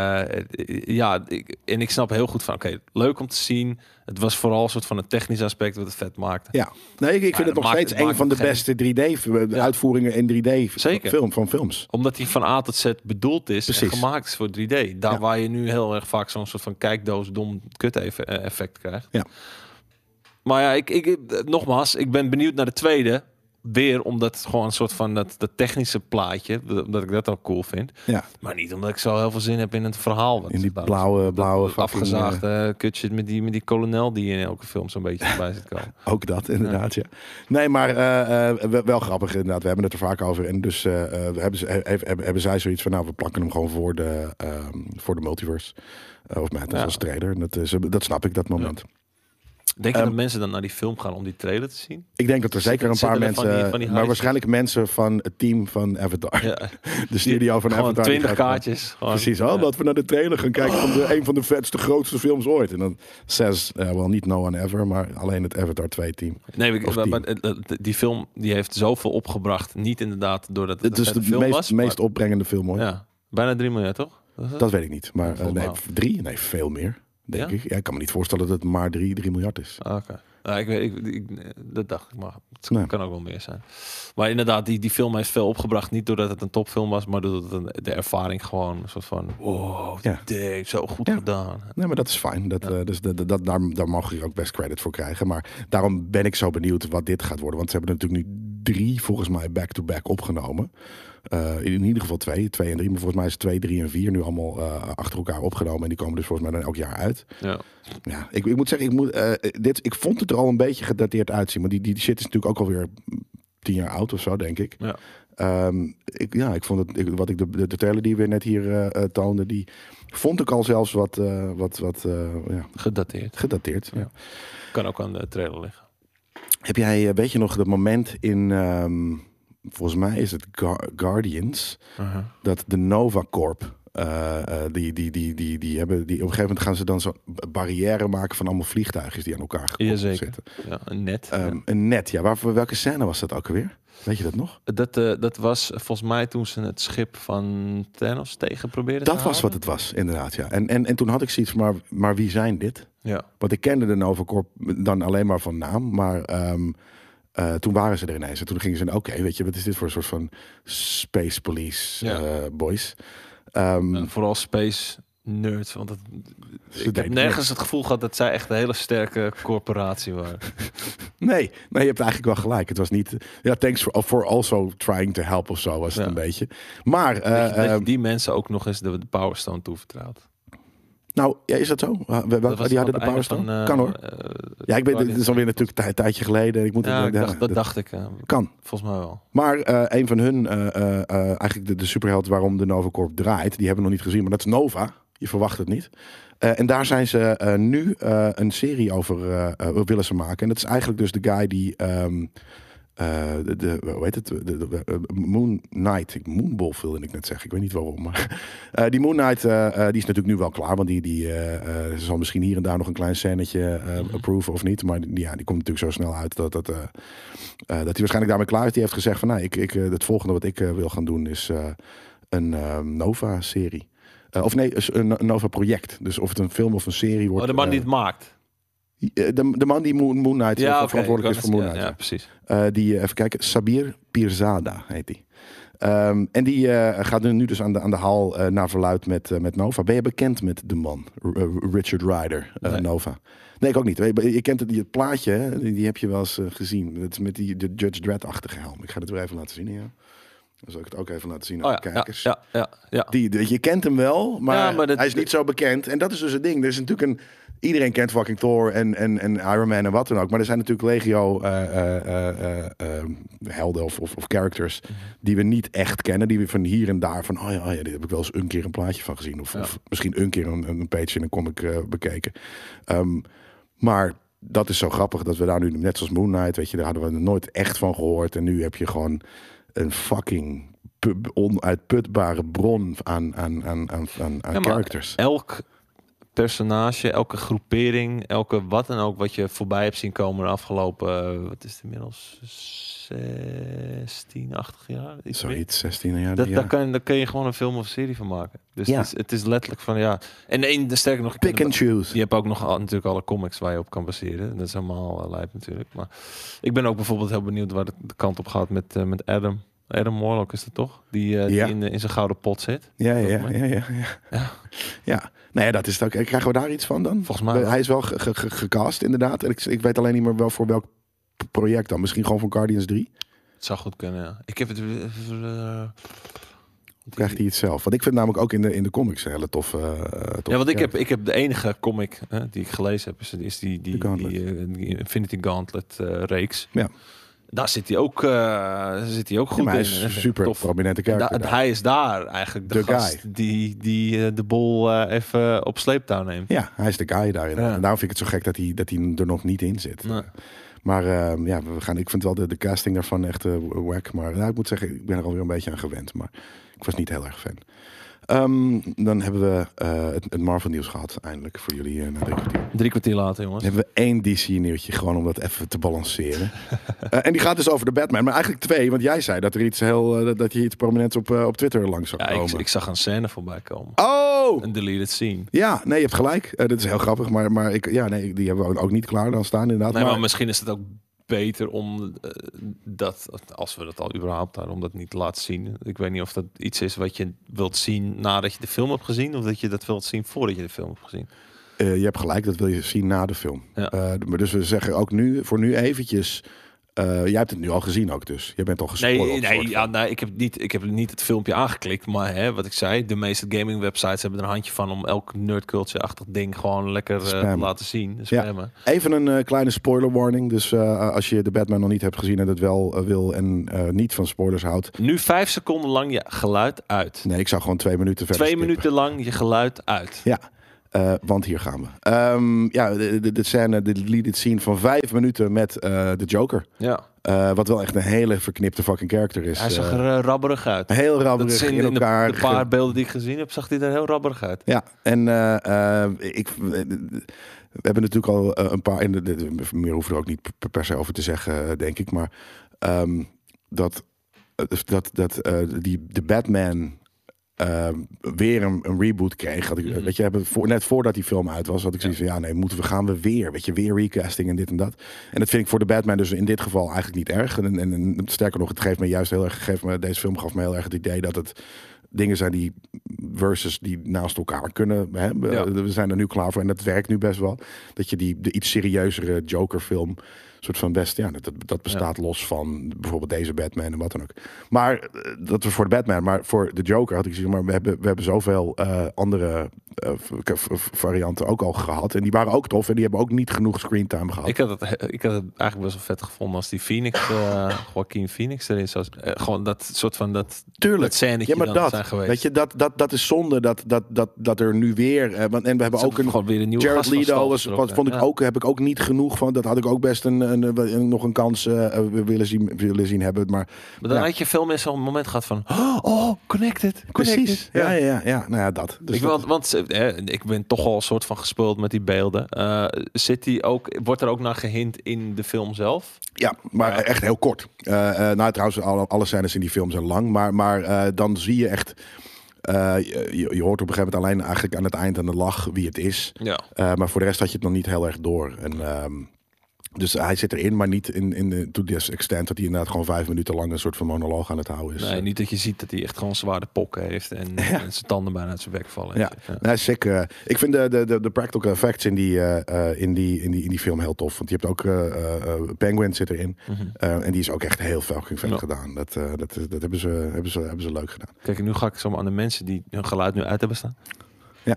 En ik snap heel goed van, oké, leuk om te zien. Het was vooral een soort van het technisch aspect wat het vet maakte. Ja, nee, ik vind het nog steeds een van de beste 3D-uitvoeringen in 3D van films. Omdat hij van A tot Z bedoeld is en gemaakt is voor 3D. Daar waar je nu heel erg vaak zo'n soort van kijkdoos dom kut effect krijgt. Ja. Maar ja, nogmaals, ik ben benieuwd naar de tweede. Weer omdat het gewoon een soort van dat technische plaatje, omdat ik dat ook cool vind. Ja. Maar niet omdat ik zo heel veel zin heb in het verhaal. In die blauwe afgezaagde kutje met die kolonel die in elke film zo'n beetje erbij zit komen. Ook dat, inderdaad, ja. Nee, maar wel grappig inderdaad. We hebben het er vaak over. En dus hebben zij zoiets van, nou, we plakken hem gewoon voor de multiverse. Of Madness als trailer. Dat snap ik, dat moment. Ja. Denk je dat mensen dan naar die film gaan om die trailer te zien? Ik denk dat er zeker een paar mensen... van die maar waarschijnlijk mensen van het team van Avatar. Ja. De studio van Avatar. 20 kaartjes. Precies, dat we naar de trailer gaan kijken van een van de vetste, grootste films ooit. En dan says, niet No One Ever, maar alleen het Avatar 2 team. Nee, maar die film die heeft zoveel opgebracht. Niet inderdaad doordat het is de meest opbrengende film ooit. Ja, bijna 3 miljard, toch? Dat weet ik niet. Maar 3? Nee, veel meer. Denk ik. Ja, ik kan me niet voorstellen dat het maar 3 miljard is. Oké. Dat dacht ik, maar het kan ook wel meer zijn. Maar inderdaad, die film heeft veel opgebracht. Niet doordat het een topfilm was, maar doordat de ervaring gewoon een soort van... zo goed gedaan. Nee, maar dat is fijn. Dus daar mag je ook best credit voor krijgen. Maar daarom ben ik zo benieuwd wat dit gaat worden. Want ze hebben natuurlijk nu 3, volgens mij, back-to-back opgenomen. In ieder geval 2 en 3. Maar volgens mij is 2, 3 en 4 nu allemaal achter elkaar opgenomen. En die komen dus volgens mij dan elk jaar uit. Ja, ik moet zeggen, ik vond het er al een beetje gedateerd uitzien. Maar die shit is natuurlijk ook alweer 10 jaar oud of zo, denk ik. Ja. Ik vond het, wat ik de trailer die we net hier toonde, die vond ik al zelfs wat gedateerd. Ja. Kan ook aan de trailer liggen. Heb jij, weet je nog, dat moment in... volgens mij is het Guardians, dat de Nova Corp, die hebben, op een gegeven moment gaan ze dan zo'n barrière maken van allemaal vliegtuigjes die aan elkaar gekoppeld zitten. Ja, een net. Een net, ja. Welke scène was dat ook alweer? Weet je dat nog? Dat was volgens mij toen ze het schip van Thanos tegen probeerden te halen. Wat het was, inderdaad, ja. En toen had ik zoiets van, maar wie zijn dit? Ja. Want ik kende de Nova Corp dan alleen maar van naam, maar... toen waren ze er ineens. En toen gingen ze oké, weet je, wat is dit voor een soort van space police boys? Vooral space nerds. Want ik heb nergens het gevoel gehad dat zij echt een hele sterke corporatie waren. Nee, je hebt eigenlijk wel gelijk. Het was niet... thanks for also trying to help of zo was het een beetje. Maar... dat die mensen ook nog eens de Power Stone toevertrouwd. Nou, ja, is dat zo? Die hadden de Power Stone? Kan hoor. Ik weet, dit is alweer natuurlijk een tijdje geleden. Dat dacht ik. Kan. Volgens mij wel. Maar een van hun, eigenlijk de superheld waarom de Nova Corp draait, die hebben we nog niet gezien, maar dat is Nova. Je verwacht het niet. En daar zijn ze nu een serie over willen ze maken. En dat is eigenlijk dus de guy die... hoe heet het? De Moon Knight. Moonwolf wilde ik net zeggen. Ik weet niet waarom. Maar die Moon Knight, die is natuurlijk nu wel klaar. Want die zal misschien hier en daar nog een klein scènetje approven of niet. Maar die komt natuurlijk zo snel uit dat hij waarschijnlijk daarmee klaar is. Die heeft gezegd van, het volgende wat ik wil gaan doen is een Nova-serie. Of nee, een Nova-project. Dus of het een film of een serie wordt. De man die het maakt. De man die Moon Knight verantwoordelijk is voor Moon Knight. Ja, precies. Even kijken, Sabir Pirzada heet die. En die gaat nu dus aan de haal naar verluidt met Nova. Ben je bekend met de man? Richard Rider, nee. Nova. Nee, ik ook niet. Je kent het plaatje, hè? Die heb je wel eens gezien. Dat is met de Judge Dredd-achtige helm. Ik ga het weer even laten zien. Ja. Dan zal ik het ook even laten zien aan de kijkers. Ja. Je kent hem wel, maar, hij is niet zo bekend. En dat is dus het ding. Er is natuurlijk iedereen kent fucking Thor en Iron Man en wat dan ook. Maar er zijn natuurlijk legio helden of characters die we niet echt kennen. Die we van hier en daar van, dit heb ik wel eens een keer een plaatje van gezien. Of misschien een keer een page in een comic bekeken. Maar dat is zo grappig dat we daar nu, net zoals Moon Knight, weet je, daar hadden we er nooit echt van gehoord. En nu heb je gewoon een fucking onuitputbare bron aan characters. Elk personage, elke groepering, elke wat dan ook wat je voorbij hebt zien komen de afgelopen, wat is het inmiddels, 16-achtig jaar? Zoiets, 16 jaar. Daar kun je gewoon een film of serie van maken. Dus het is letterlijk van En sterker nog, pick and choose. Je hebt ook nog natuurlijk alle comics waar je op kan baseren. Dat is helemaal lijp natuurlijk. Maar ik ben ook bijvoorbeeld heel benieuwd waar de kant op gaat met Adam. Adam Warlock is dat toch? Die in zijn gouden pot zit. Ja. Nou ja, dat is het ook. Krijgen we daar iets van dan? Volgens mij. Hij is wel gecast inderdaad. En ik weet alleen niet meer wel voor welk project dan. Misschien gewoon van Guardians 3? Het zou goed kunnen, ja. Ik heb het... Krijgt hij het zelf? Want ik vind namelijk ook in de comics een hele tof. Ja, want ik heb de enige comic die ik gelezen heb, is die Infinity Gauntlet reeks. Ja. Daar zit hij ook goed in. Hij is een super prominente karakter. Hij is daar eigenlijk de gast guy die de bol even op sleeptouw neemt. Ja, hij is de guy daarin. Ja. En daarom vind ik het zo gek dat hij er nog niet in zit. Nee. Maar ik vind wel de casting daarvan echt wack. Maar ik moet zeggen, ik ben er alweer een beetje aan gewend. Maar ik was niet heel erg fan. Dan hebben we het Marvel nieuws gehad, eindelijk, voor jullie na 3 kwartier. 3 kwartier later, jongens. Dan hebben we 1 DC nieuwtje, gewoon om dat even te balanceren. En die gaat dus over de Batman, maar eigenlijk 2, want jij zei dat er iets dat je iets prominents op Twitter langs zou komen. Ik zag een scène voorbij komen. Oh! Een deleted scene. Ja, nee, je hebt gelijk. Dat is heel grappig, maar die hebben we ook niet klaar dan staan inderdaad. Nee, maar misschien is het ook beter om dat, als we dat al überhaupt hadden, om dat niet te laten zien. Ik weet niet of dat iets is wat je wilt zien nadat je de film hebt gezien, of dat je dat wilt zien voordat je de film hebt gezien. Je hebt gelijk, dat wil je zien na de film. Ja. Maar dus we zeggen ook voor nu eventjes. Jij hebt het nu al gezien ook dus. Je bent al gespoord. Nee, ik heb niet het filmpje aangeklikt. Maar wat ik zei, de meeste gaming websites hebben er een handje van om elk nerdculture-achtig ding gewoon lekker te laten zien. Ja. Even een kleine spoiler warning. Dus als je de Batman nog niet hebt gezien en dat wel wil en niet van spoilers houdt. Nu 5 seconden lang je geluid uit. Nee, ik zou gewoon 2 minuten verder 2 minuten lang je geluid uit. Ja. Want hier gaan we. De scène, de deleted scene van 5 minuten met de Joker. Ja. Wat wel echt een hele verknipte fucking character is. Hij zag er rabberig uit. Heel rabberig in elkaar. De paar beelden die ik gezien heb, zag hij er heel rabberig uit. Ja, en we hebben natuurlijk al een paar... meer hoeven we er ook niet per se over te zeggen, denk ik. Maar de Batman... weer een reboot kreeg. Had ik, weet je, net voordat die film uit was, had ik zoiets van gaan we weer, weet je, weer recasting en dit en dat. En dat vind ik voor de Batman dus in dit geval eigenlijk niet erg. En sterker nog, het geeft me juist heel erg, deze film gaf me heel erg het idee dat het dingen zijn die versus die naast elkaar kunnen. Hè? We zijn er nu klaar voor en dat werkt nu best wel. Dat je de iets serieuzere Joker-film soort van best, dat bestaat los van bijvoorbeeld deze Batman en wat dan ook. Maar dat was voor de Batman, maar voor de Joker had ik gezegd, maar we hebben zoveel andere varianten ook al gehad en die waren ook tof en die hebben ook niet genoeg screentime gehad. Ik had het eigenlijk best wel vet gevonden als die Phoenix, Joaquin Phoenix erin zou. Gewoon dat soort van dat. Tuurlijk. Scènetje maar dan zijn geweest. Weet je, dat is zonde dat er nu weer. En we hebben ook weer een nieuwe Jared Leto vond ik ook, heb ik ook niet genoeg van. Dat had ik ook best nog een kans willen zien hebben. Maar dan had je veel meer zo'n moment gehad van connected. Precies. Ja. Nou ja, dat. Dus want ik ben toch al een soort van gespeeld met die beelden. Wordt er ook naar gehint in de film zelf? Ja, maar echt heel kort. Trouwens, alle scènes in die film zijn lang. Maar dan zie je echt... je hoort op een gegeven moment alleen eigenlijk aan het eind aan de lach wie het is. Ja. Maar voor de rest had je het nog niet heel erg door. En Dus hij zit erin, maar niet in de to this extent dat hij inderdaad gewoon 5 minuten lang een soort van monoloog aan het houden is. Nee, niet dat je ziet dat hij echt gewoon zware pokken heeft en zijn tanden bijna uit zijn bek vallen. Ja, nee, sick. Ik vind de practical effects in die film heel tof. Want je hebt ook Penguin zit erin. En die is ook echt heel fucking vet gedaan. Dat hebben ze leuk gedaan. Kijk, en nu ga ik zo aan de mensen die hun geluid nu uit hebben staan. Ja.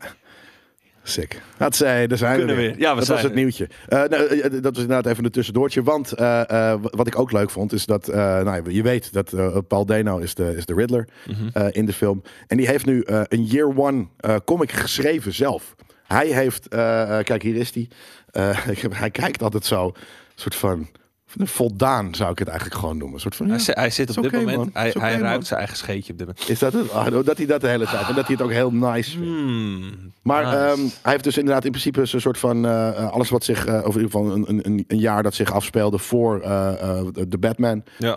Sick. Dat zijn we weer. Ja, dat was het nieuwtje. Dat was inderdaad even een tussendoortje. Want wat ik ook leuk vond is dat... je weet dat Paul Dano is de Riddler in de film. En die heeft nu een Year One comic geschreven zelf. Hij heeft... kijk, hier is hij. Hij kijkt altijd zo... soort van... voldaan zou ik het eigenlijk gewoon noemen. Een soort van, hij zit op dit moment... Hij ruikt zijn eigen scheetje op dit moment. Is dat het? Dat hij dat de hele tijd... En dat hij het ook heel nice vindt. Maar nice. Hij heeft dus inderdaad in principe een soort van... alles wat zich... of in ieder geval een jaar dat zich afspeelde voor de Batman. Ja.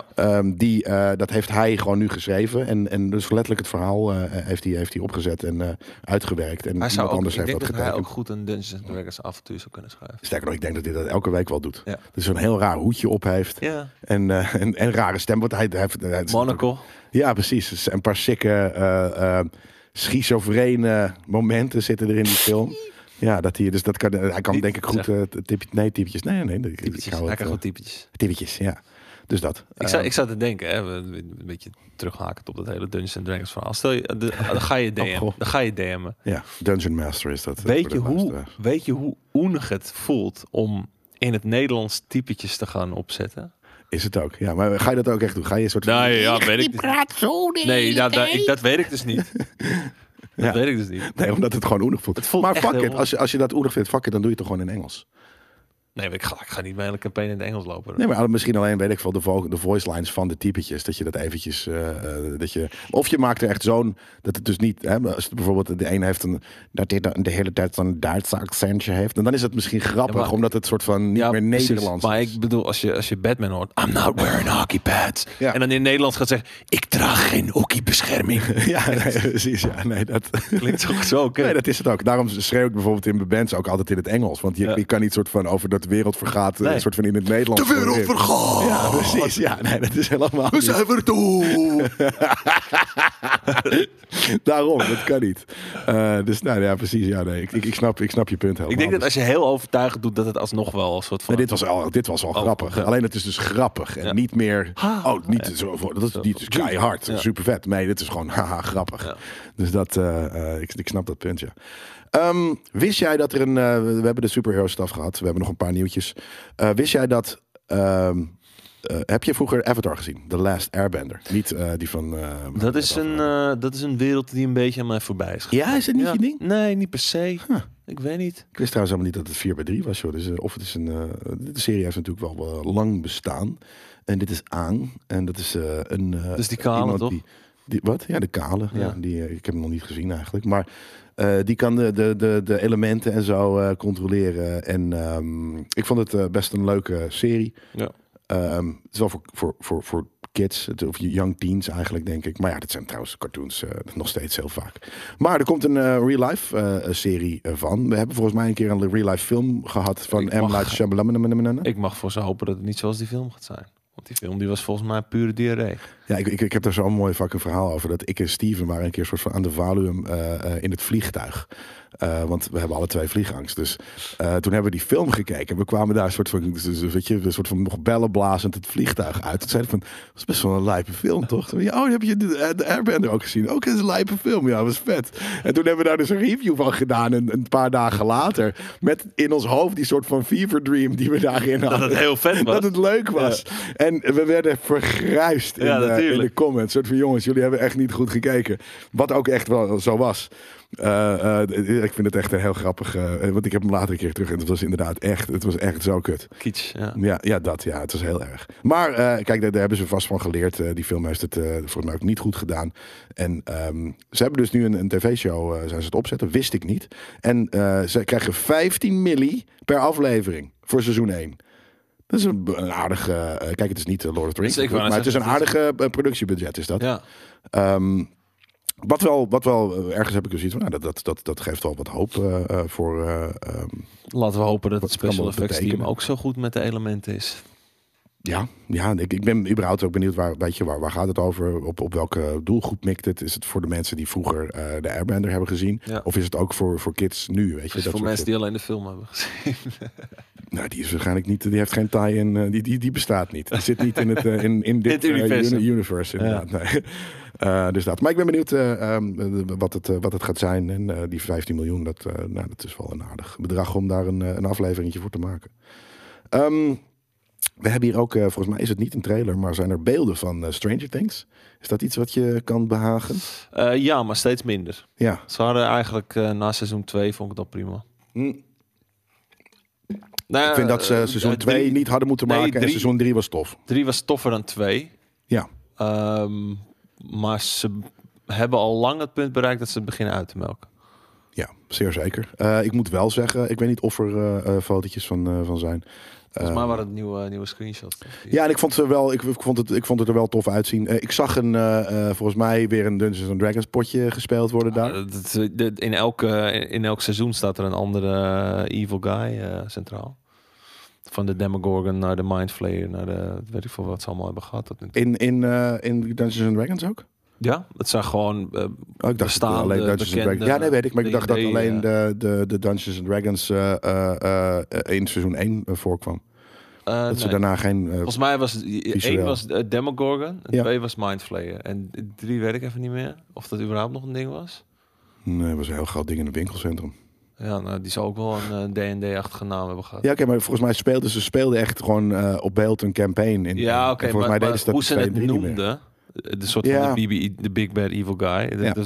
Dat heeft hij gewoon nu geschreven. En dus letterlijk het verhaal heeft hij opgezet en uitgewerkt. En hij zou ook, anders heeft dat getekend. hij ook goed een Dungeons & Dragons avontuur zou kunnen schrijven. Sterker nog, ik denk dat hij dat elke week wel doet. Ja. Het is een heel raar hoedje op heeft. Ja. En rare stem. Want hij heeft Monocle. Ja, precies. Een paar sikke schizofrene momenten zitten er in die film. Ja, hij kan denk ik goed typetjes. Nee. Hij kan goed typetjes. Typetjes, ja. Dus dat. Ik zat te denken, hè, een beetje terughakend op dat hele Dungeons & Dragons verhaal. Stel je, dan ga je DM'en. Ja, Dungeon Master is dat. Weet je hoe oenig het voelt om in het Nederlands typetjes te gaan opzetten? Is het ook. Ja, maar ga je dat ook echt doen? Ga je een soort van... weet ik praat zo dat weet ik dus niet. Dat weet ik dus niet. Nee, omdat het gewoon oenig voelt. Maar fuck it, als je dat oenig vindt, fuck it, dan doe je het toch gewoon in Engels. Nee, ik ga niet mijn hele campagne in het Engels lopen. Nee, maar misschien alleen, weet ik veel, de voice lines van de typetjes. Dat je dat eventjes... of je maakt er echt zo'n... Dat het dus niet... Hè, als bijvoorbeeld de een heeft dat hij de hele tijd zo'n Duitse accentje heeft. En dan is het misschien grappig, omdat het soort van niet meer Nederlands is. Maar ik bedoel, als je Batman hoort... I'm not wearing hockey pads. Ja. En dan in het Nederlands gaat zeggen... Ik draag geen hockeybescherming. Ja, nee, precies. Ja, nee, dat... Klinkt toch zo oké. Nee, dat is het ook. Daarom schreeuw ik bijvoorbeeld in mijn bands ook altijd in het Engels. Want je kan niet soort van over dat de wereld vergaat, een soort van in het Nederlands. De wereld vergaat! Ja, precies. Ja, nee, dat is helemaal we zijn weer toe! Daarom, dat kan niet. Dus nou ja, precies. Ja, nee, ik snap je punt helemaal. Ik denk dat als je heel overtuigend doet, dat het alsnog wel een soort van... Nee, dit was al grappig. Ja. Alleen het is dus grappig. En niet meer... dat is keihard. Ja. Super vet. Nee, dit is gewoon haha, grappig. Ja. Dus dat... ik snap dat punt, ja. Wist jij dat er we hebben de superhero stuff gehad. We hebben nog een paar nieuwtjes. Wist jij dat... heb je vroeger Avatar gezien? The Last Airbender. Niet die van... dat is een wereld die een beetje aan mij voorbij is gegaan. Ja, is het niet je ding? Nee, niet per se. Ik weet niet. Ik wist trouwens helemaal niet dat het 4x3 was. Joh. Dus, of het is de serie heeft natuurlijk wel lang bestaan. En dit is Aang. En dat is een... dus die kale, toch? Wat? Ja, de kale. Ja. Ik heb hem nog niet gezien eigenlijk. Maar... die kan de elementen en zo controleren. En ik vond het best een leuke serie. Ja. Het is wel voor kids, of young teens eigenlijk, denk ik. Maar ja, dat zijn trouwens cartoons nog steeds heel vaak. Maar er komt een real-life serie van. We hebben volgens mij een keer een real-life film gehad van M. Night Shyamalan. Ik mag voor ze hopen dat het niet zoals die film gaat zijn. Want die film die was volgens mij pure diarree. Ja, ik heb daar zo'n mooi fucking verhaal over. Dat ik en Steven waren een keer soort van aan de Valium in het vliegtuig. Want we hebben alle twee vliegangst. Dus toen hebben we die film gekeken. We kwamen daar een soort van nog bellenblazend het vliegtuig uit. Toen zeiden van, dat is best wel een lijpe film, toch? Ja, heb je de Airbender ook gezien? Ook is een lijpe film. Ja, dat was vet. En toen hebben we daar dus een review van gedaan. Een paar dagen later. Met in ons hoofd die soort van fever dream die we daarin hadden. Dat het heel vet was. Dat het leuk was. Ja. En we werden vergruist in de comments. Soort van, jongens, jullie hebben echt niet goed gekeken. Wat ook echt wel zo was. Ik vind het echt heel grappig. Want ik heb hem later een keer terug. En het was inderdaad echt. Het was echt zo kut. Kitsch, ja. Ja, dat. Ja, het was heel erg. Maar kijk, daar hebben ze vast van geleerd. Die film heeft het volgens mij ook niet goed gedaan. En ze hebben dus nu een tv-show. Zijn ze het opzetten? Wist ik niet. En ze krijgen 15 milli per aflevering voor seizoen 1. Dat is een aardige... kijk, het is niet Lord of the Rings. Maar het is een aardige productiebudget, is dat. Ja. Wat wel ergens heb ik dus iets van, dat geeft wel wat hoop voor... Laten we hopen dat het special effects team ook zo goed met de elementen is. Ja, ik ben überhaupt ook benieuwd waar gaat het over? Op welke doelgroep mikt het? Is het voor de mensen die vroeger de Airbender hebben gezien? Ja. Of is het ook voor kids nu? Weet je, dat voor mensen die alleen de film hebben gezien. Nou, die is waarschijnlijk niet. Die heeft geen tie-in. Die bestaat niet. Die zit niet in het in dit universe inderdaad. Ja. Nee. Dus dat. Maar ik ben benieuwd wat het gaat zijn. En die 15 miljoen, dat is wel een aardig bedrag om daar een afleveringetje voor te maken. We hebben hier ook, volgens mij is het niet een trailer, maar zijn er beelden van Stranger Things? Is dat iets wat je kan behagen? Ja, maar steeds minder. Ja. Ze hadden eigenlijk na seizoen 2 vond ik dat prima. Ik vind dat ze seizoen 2 niet hadden moeten maken en seizoen 3 was tof. 3 was toffer dan 2. Ja. Maar ze hebben al lang het punt bereikt dat ze het beginnen uit te melken. Ja, zeer zeker. Ik moet wel zeggen, ik weet niet of er fotootjes van zijn. Volgens mij waren het nieuwe screenshots. Ja, en ik vond het er wel tof uitzien. Ik zag volgens mij weer een Dungeons & Dragons potje gespeeld worden daar. In elk seizoen staat er een andere evil guy centraal. Van de Demogorgon naar de Mindflayer, naar de weet ik veel wat ze allemaal hebben gehad. In Dungeons & Dragons ook? Ja, het zijn gewoon ik dacht alleen Dungeons & Dragons. Ja, nee, weet ik. Maar ik dacht dat alleen de Dungeons & Dragons in seizoen 1 voorkwam. Dat ze daarna geen... Volgens mij was 1 was Demogorgon, en 2 was Mindflayer. En 3 weet ik even niet meer. Of dat überhaupt nog een ding was. Nee, het was een heel groot ding in het winkelcentrum. Ja, nou, die zou ook wel een D&D-achtige naam hebben gehad. Ja, oké, maar volgens mij speelden echt gewoon op beeld een campaign. Ja, oké, maar hoe ze het noemden... De soort van de Big Bad Evil Guy. Ja.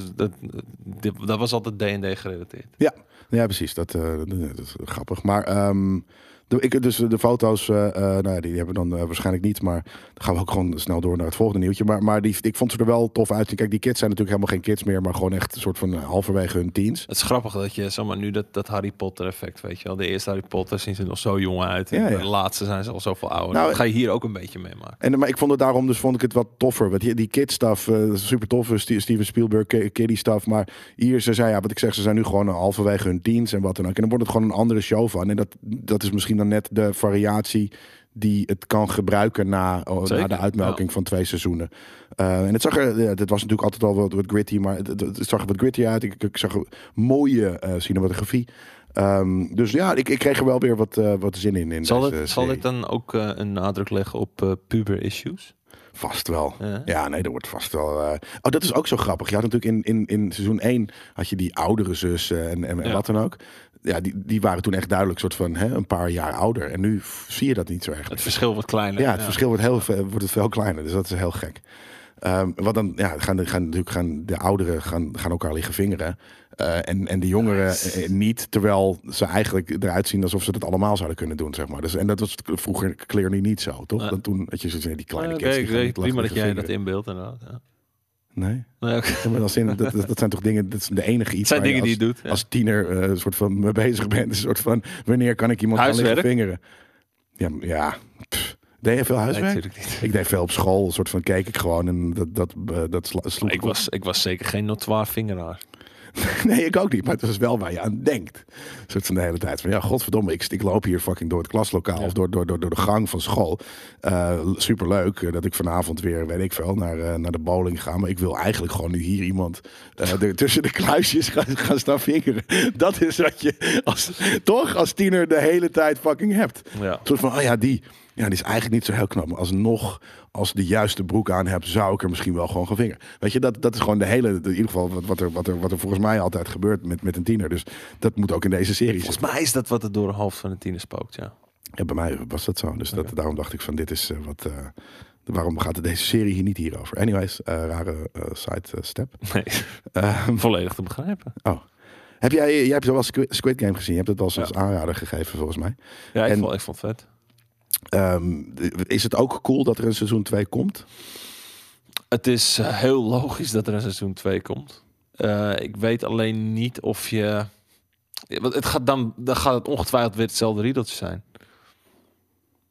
Dat was altijd D&D gerelateerd. Ja, precies. Dat is grappig. Maar dus de foto's, die hebben we dan waarschijnlijk niet. Maar dan gaan we ook gewoon snel door naar het volgende nieuwtje. Maar ik vond ze er wel tof uitzien. Kijk, die kids zijn natuurlijk helemaal geen kids meer. Maar gewoon echt een soort van halverwege hun teens. Het is grappig dat je, zeg maar, nu dat Harry Potter effect, weet je wel. De eerste Harry Potter zien ze nog zo jong uit. En de laatste zijn ze al zoveel ouder. Nou, dat ga je hier ook een beetje meemaken. Maar ik vond het daarom, vond ik het wat toffer. Want die kid stuff, super tof. Steven Spielberg, kiddie stuff. Maar hier, ze zijn nu gewoon halverwege hun teens en wat dan ook. En dan wordt het gewoon een andere show van. En dat is misschien dan net de variatie die het kan gebruiken na de uitmelking van 2 seizoenen. En het was natuurlijk altijd al wat gritty, maar het zag er wat gritty uit. Ik zag een mooie cinematografie. Dus ja, ik kreeg er wel weer wat zin in Zal dit dan ook een nadruk leggen op puber issues? Vast wel. Ja, nee, dat wordt vast wel... dat is ook zo grappig. Je had natuurlijk in seizoen 1 had je die oudere zus en wat dan ook. Ja, die waren toen echt duidelijk soort van een paar jaar ouder. En nu zie je dat niet zo erg. Het verschil wordt kleiner. Ja, het verschil wordt veel kleiner. Dus dat is heel gek. Wat dan gaan de ouderen gaan elkaar liggen vingeren. En de jongeren niet. Terwijl ze eigenlijk eruit zien alsof ze dat allemaal zouden kunnen doen, zeg maar. Dus, en dat was vroeger clearly niet zo, toch? Dan toen had je zo die kleine kids. Ik weet prima dat jij dat inbeeldt inderdaad. Ja. Nee. Okay. Ja, maar dat zijn toch dingen, dat is de enige iets zijn dingen die je doet. Als tiener een soort van mee bezig bent. Een soort van, wanneer kan ik iemand gaan liggen vingeren? Ja. Deed je veel huiswerk? Nee, niet. Ik deed veel op school. Een soort van keek ik gewoon en dat sloeg ik was zeker geen notoire vingeraar. Nee, ik ook niet. Maar het is wel waar je aan denkt. Een soort van de hele tijd. Van ja, godverdomme, ik loop hier fucking door het klaslokaal. Ja. Of door de gang van school. Superleuk dat ik vanavond weer, weet ik veel, naar de bowling ga. Maar ik wil eigenlijk gewoon nu hier iemand tussen de kluisjes gaan staan vingeren. Dat is wat je als tiener de hele tijd fucking hebt. Ja. Een soort van, die is eigenlijk niet zo heel knap. Maar alsnog, als de juiste broek aan hebt, zou ik er misschien wel gewoon gaan vingeren. Weet je, dat is gewoon in ieder geval wat er volgens mij altijd gebeurt met een tiener. Dus dat moet ook in deze serie volgens mij is dat wat er door het hoofd van een tiener spookt, ja. Ja, bij mij was dat zo. Dus daarom dacht ik van, dit is waarom gaat deze serie hier niet hierover? Anyways, rare side step. Nee, volledig te begrijpen. Oh. Jij hebt wel Squid Game gezien. Je hebt het wel als aanrader gegeven, volgens mij. Ja, ik vond het vet. Is het ook cool dat er een seizoen 2 komt? Het is heel logisch dat er een seizoen 2 komt. Ik weet alleen niet of je... Dan gaat het ongetwijfeld weer hetzelfde riedeltje zijn.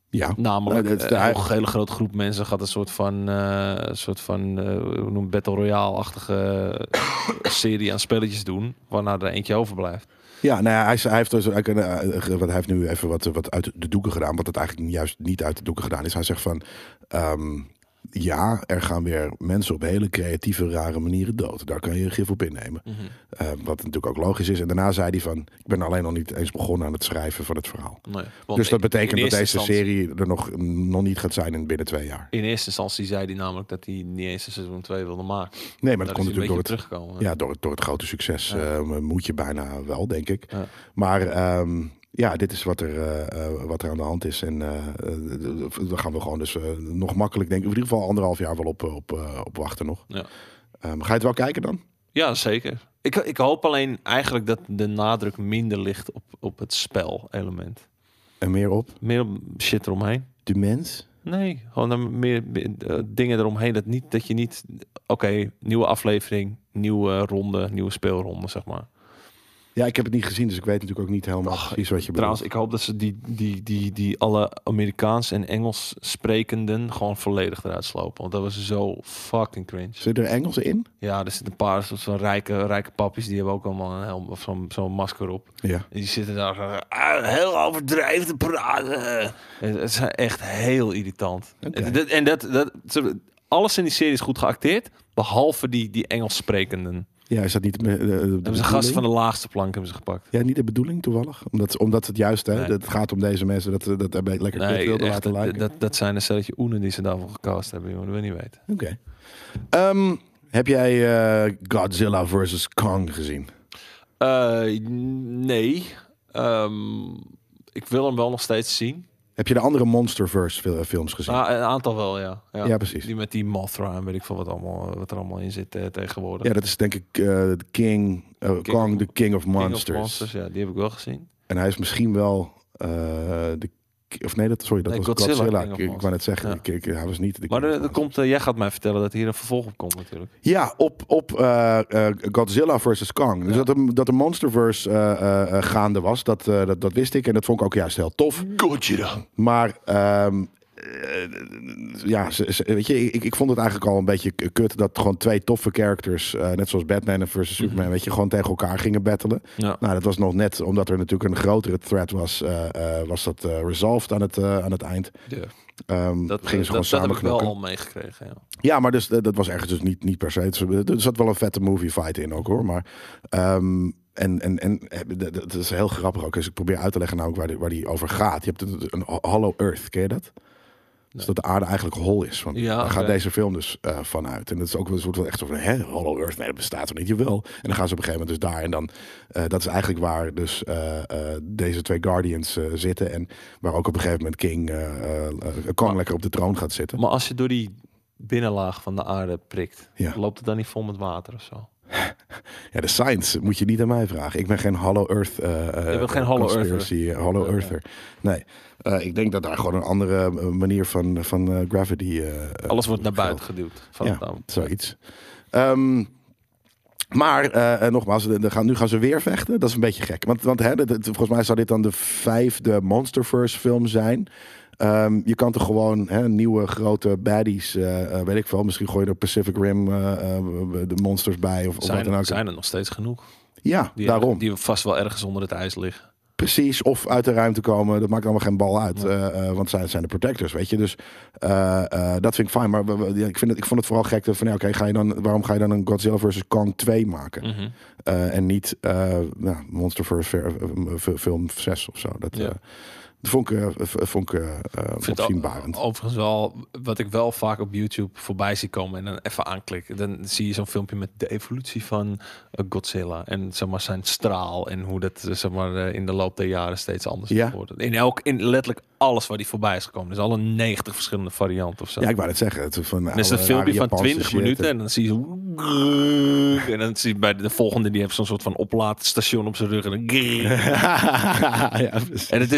Ja, namelijk een hele grote groep mensen gaat een soort van hoe noem Battle Royale-achtige serie aan spelletjes doen, waarna er eentje overblijft. Ja, nou ja, hij heeft nu even wat uit de doeken gedaan, wat het eigenlijk juist niet uit de doeken gedaan is. Hij zegt van, ja, er gaan weer mensen op hele creatieve, rare manieren dood. Daar kan je een gif op innemen. Wat natuurlijk ook logisch is. En daarna zei hij van, ik ben alleen nog niet eens begonnen aan het schrijven van het verhaal. Nee, dus dat betekent dat deze serie er nog niet gaat zijn binnen 2 jaar. In eerste instantie zei hij namelijk dat hij niet eens een seizoen 2 wilde maken. Nee, maar dat komt natuurlijk door het grote succes. Moet je bijna wel, denk ik. Ja. Maar ja, dit is wat er aan de hand is. En daar gaan we gewoon dus nog makkelijk, denk ik, in ieder geval 1,5 jaar wel op wachten nog. Ja. Ga je het wel kijken dan? Ja, zeker. Ik hoop alleen eigenlijk dat de nadruk minder ligt op het spel-element. En meer op? Meer op shit eromheen. De mens? Nee, gewoon meer dingen eromheen. Dat je niet... Oké, nieuwe aflevering, nieuwe ronde, nieuwe speelronde, zeg maar. Ja, ik heb het niet gezien, dus ik weet natuurlijk ook niet helemaal precies wat je bedoelt. Trouwens, ik hoop dat ze die alle Amerikaans en Engels sprekenden gewoon volledig eruit slopen. Want dat was zo fucking cringe. Zit er Engels in? Ja, er zitten een paar zo'n rijke pappies, die hebben ook allemaal een helm of zo'n masker op. Ja. En die zitten daar heel overdreven te praten. Het is echt heel irritant. Okay. Alles in die serie is goed geacteerd, behalve die Engels sprekenden. Ja, is dat niet hebben ze gasten van de laagste plank hebben ze gepakt. Ja, niet de bedoeling toevallig? Omdat het juist, hè, het gaat om deze mensen dat lekker kut wilden laten lijken. Dat zijn een stelletje oenen die ze daarvoor gecast hebben, jongen. Dat wil je niet weten. Oké. Heb jij Godzilla vs. Kong gezien? Nee. Ik wil hem wel nog steeds zien. Heb je de andere Monsterverse films gezien? Een aantal wel, ja. Ja, precies. Die met die Mothra en weet ik veel wat er allemaal in zit tegenwoordig. Ja, dat is denk ik Kong, the King of Monsters. King of Monsters, ja, die heb ik wel gezien. En hij is misschien wel dat was Godzilla. Ik wou net zeggen, hij was niet. Maar jij gaat mij vertellen dat hier een vervolg op komt natuurlijk. Ja, op Godzilla versus Kong. Dus dat de Monsterverse gaande was, dat wist ik. En dat vond ik ook juist heel tof. Godzilla. Maar weet je, ik vond het eigenlijk al een beetje kut dat gewoon 2 toffe characters, net zoals Batman versus Superman, weet je, gewoon tegen elkaar gingen battelen. Ja. Nou, dat was nog net, omdat er natuurlijk een grotere threat was dat resolved aan het eind. Ja. Dat gingen ze gewoon samen heb ik wel al meegekregen. Ja. Ja, maar dus dat was ergens dus niet per se. Er zat wel een vette movie fight in ook, hoor. Maar en dat is heel grappig ook. Dus ik probeer uit te leggen namelijk waar die over gaat. Je hebt een Hollow Earth, ken je dat? Dus dat de aarde eigenlijk hol is. Want daar gaat deze film dus vanuit. En dat is ook een soort van echt zo van, Hollow Earth, nee, dat bestaat er niet. Jawel. En dan gaan ze op een gegeven moment dus daar. En dan, dat is eigenlijk waar dus deze 2 Guardians zitten. En waar ook op een gegeven moment Kong lekker op de troon gaat zitten. Maar als je door die binnenlaag van de aarde prikt, loopt het dan niet vol met water of zo? Ja, de science moet je niet aan mij vragen. Ik ben geen Hollow Earth je bent geen Hollow Earther. Nee, ik denk dat daar gewoon een andere manier van gravity... Alles wordt naar buiten geduwd. Zoiets. Maar nogmaals, nu gaan ze weer vechten. Dat is een beetje gek. Want volgens mij zou dit dan de 5e Monsterverse film zijn. Je kan toch gewoon nieuwe grote baddies, weet ik veel. Misschien gooi je er Pacific Rim de monsters bij. Of wat dan ook. Zijn er nog steeds genoeg? Ja, daarom. Die vast wel ergens onder het ijs liggen. Precies, of uit de ruimte komen. Dat maakt allemaal geen bal uit. Want zij zijn de protectors, weet je. Dus dat vind ik fijn. Maar ik vond het vooral gek. Waarom ga je dan een Godzilla vs. Kong 2 maken? Mm-hmm. En niet Monsterverse film 6 of zo. Dat vond ik opzienbarend. Overigens wel, wat ik wel vaak op YouTube voorbij zie komen en dan even aanklikken. Dan zie je zo'n filmpje met de evolutie van Godzilla. En zeg maar zijn straal en hoe dat zeg maar in de loop der jaren steeds anders wordt. In letterlijk alles waar die voorbij is gekomen. Dus alle 90 verschillende varianten of zo. Ja, ik wou het zeggen. Het is een filmpje van 20 minuten en dan zie je en dan zie je bij de volgende, die heeft zo'n soort van oplaadstation op zijn rug. En het is niet soort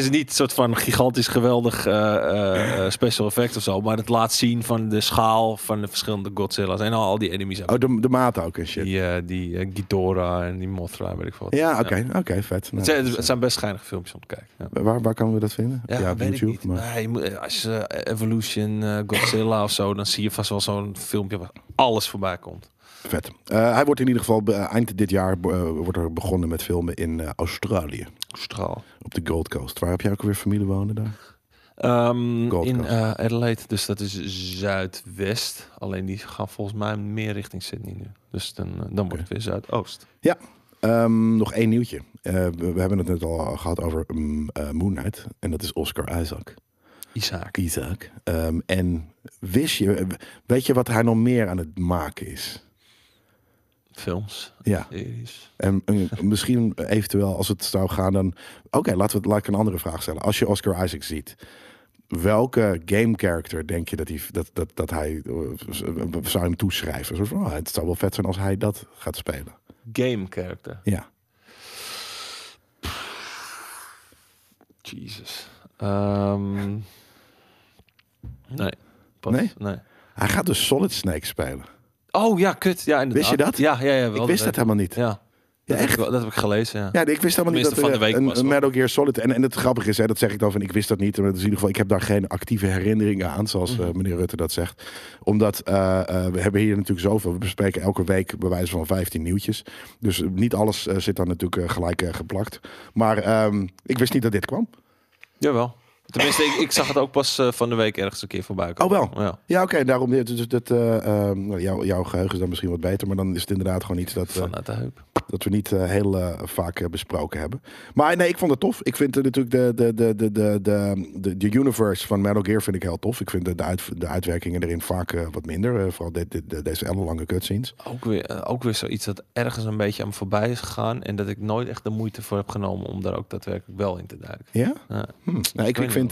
soort van gigantisch geweldig special effect of zo. Maar het laat zien van de schaal van de verschillende Godzilla's. En al die enemies. De maat ook en shit. Die Ghidorah en die Mothra, weet ik veel wat. Ja, oké, vet. Nou, het zijn best schijnige filmpjes om te kijken. Ja. Waar kunnen we dat vinden? Ja, op YouTube. Maar... Nee, als je Evolution, Godzilla of zo, dan zie je vast wel zo'n filmpje waar alles voorbij komt. Vet. Hij wordt in ieder geval eind dit jaar wordt er begonnen met filmen in Australië. Op de Gold Coast. Waar heb jij ook weer familie wonen daar? In Adelaide, dus dat is zuidwest. Alleen die gaan volgens mij meer richting Sydney nu. Dus dan wordt het weer zuidoost. Ja. Nog één nieuwtje. We hebben het net al gehad over Moon Knight. En dat is Oscar Isaac. En weet je wat hij nog meer aan het maken is? Films, ja. Series. En misschien eventueel als het zou gaan dan... Oké, laat ik een andere vraag stellen. Als je Oscar Isaac ziet, welke game character denk je dat hij zou hem toeschrijven? Zo van, het zou wel vet zijn als hij dat gaat spelen. Game character? Ja. Jesus. Nee. Nee. Hij gaat dus Solid Snake spelen. Oh ja, kut. Ja, inderdaad. Wist je dat? Ja. Ik wist dat helemaal niet. Ja. Echt? Dat heb ik gelezen, ja. Ja, ik wist helemaal niet dat van de week een Metal Gear Solid... En het grappige is, dat zeg ik dan van, ik wist dat niet. Maar in ieder geval, ik heb daar geen actieve herinneringen aan, zoals meneer Rutte dat zegt. Omdat we hebben hier natuurlijk zoveel. We bespreken elke week bij wijze van 15 nieuwtjes. Dus niet alles zit dan natuurlijk gelijk geplakt. Maar ik wist niet dat dit kwam. Jawel. Tenminste, ik zag het ook pas van de week ergens een keer voorbij komen. Oh wel? Ja, oké. Daarom, dus jouw geheugen is dan misschien wat beter. Maar dan is het inderdaad gewoon iets vanuit de heup. Dat we niet heel vaak besproken hebben. Maar nee, ik vond het tof. Ik vind natuurlijk de universe van Metal Gear vind ik heel tof. Ik vind de uitwerkingen erin vaak wat minder. Vooral deze ellenlange cutscenes. Ook weer zoiets dat ergens een beetje aan me voorbij is gegaan. En dat ik nooit echt de moeite voor heb genomen om daar ook daadwerkelijk wel in te duiken. Ja? Nou, ik vind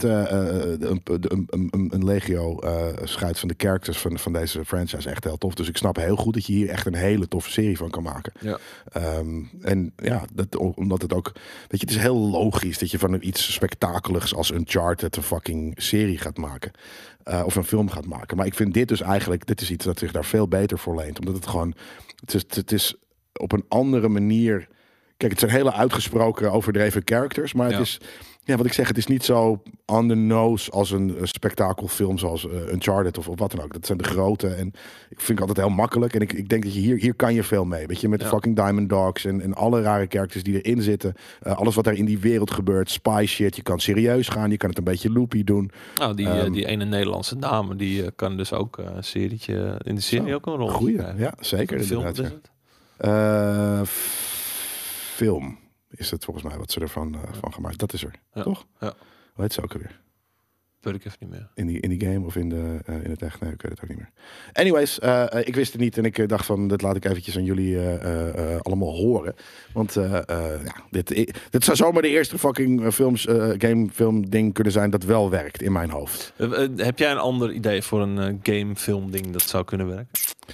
een legio scheidt van de characters van deze franchise echt heel tof. Dus ik snap heel goed dat je hier echt een hele toffe serie van kan maken. Ja. En ja, omdat het ook... Weet je, het is heel logisch dat je van iets spektakeligs als Uncharted een fucking serie gaat maken. Of een film gaat maken. Maar ik vind dit dus eigenlijk... Dit is iets dat zich daar veel beter voor leent. Omdat het gewoon... Het is op een andere manier... Kijk, het zijn hele uitgesproken overdreven characters. Maar het is... Ja, wat ik zeg, het is niet zo on the nose als een spektakelfilm zoals Uncharted of wat dan ook. Dat zijn de grote en ik vind het altijd heel makkelijk. En ik denk dat je hier kan je veel mee. Weet je, met fucking Diamond Dogs en alle rare characters die erin zitten. Alles wat er in die wereld gebeurt, spy shit. Je kan serieus gaan, je kan het een beetje loopy doen. Nou, die ene Nederlandse dame, die kan dus ook een serietje, in de serie ook een rol. Goeie, ja, zeker. Film is het? Film. Is het volgens mij wat ze ervan van gemaakt. Dat is er, toch? Ja. Hoe heet ze ook alweer? Weet ik even niet meer. In die game of in het echt? Nee, ik weet het ook niet meer. Anyways, ik wist het niet en ik dacht van, dat laat ik eventjes aan jullie allemaal horen. Want dit zou zomaar de eerste fucking game-film ding kunnen zijn dat wel werkt in mijn hoofd. Heb jij een ander idee voor een game-film ding dat zou kunnen werken?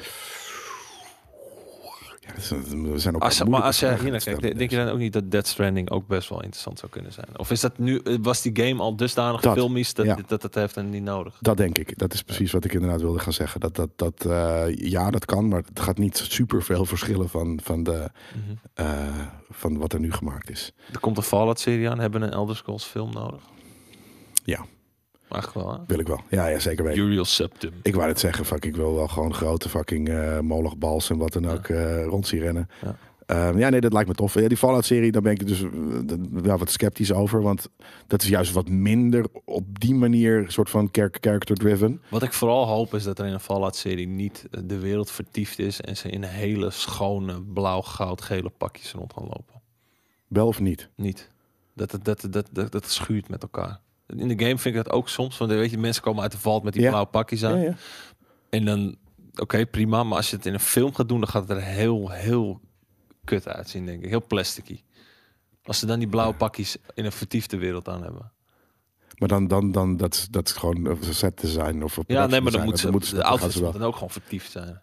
We zijn ook als je hier naar kijkt, denk je dan ook niet dat Death Stranding ook best wel interessant zou kunnen zijn? Of is dat nu, was die game al dusdanig filmisch dat het heeft en niet nodig? Dat denk ik. Dat is precies wat ik inderdaad wilde gaan zeggen. Dat kan, maar het gaat niet super veel verschillen van wat er nu gemaakt is. Er komt een Fallout-serie aan. Hebben een Elder Scrolls film nodig? Ja. Mag wel, hè? Wil ik wel. Ja, zeker weten. Uriel Septim. Ik wou het zeggen, ik wil wel gewoon grote fucking molochbals en wat dan ook rond zien rennen. Ja. Dat lijkt me tof. Ja, die Fallout-serie, daar ben ik dus wat sceptisch over. Want dat is juist wat minder op die manier soort van character-driven. Wat ik vooral hoop is dat er in een Fallout-serie niet de wereld vertiefd is en ze in hele schone blauw-goud-gele pakjes rond gaan lopen. Wel of niet? Niet. Dat schuurt met elkaar. In de game vind ik dat ook soms. Want weet je, mensen komen uit de valt met die blauwe pakjes aan. Ja. En dan, oké, prima. Maar als je het in een film gaat doen, dan gaat het er heel, heel kut uitzien, denk ik. Heel plasticky. Als ze dan die blauwe pakjes in een vertiefde wereld aan hebben. Maar dan dat is gewoon set design of ja, nee, maar dan moet de outfits dan ook gewoon vertiefd zijn.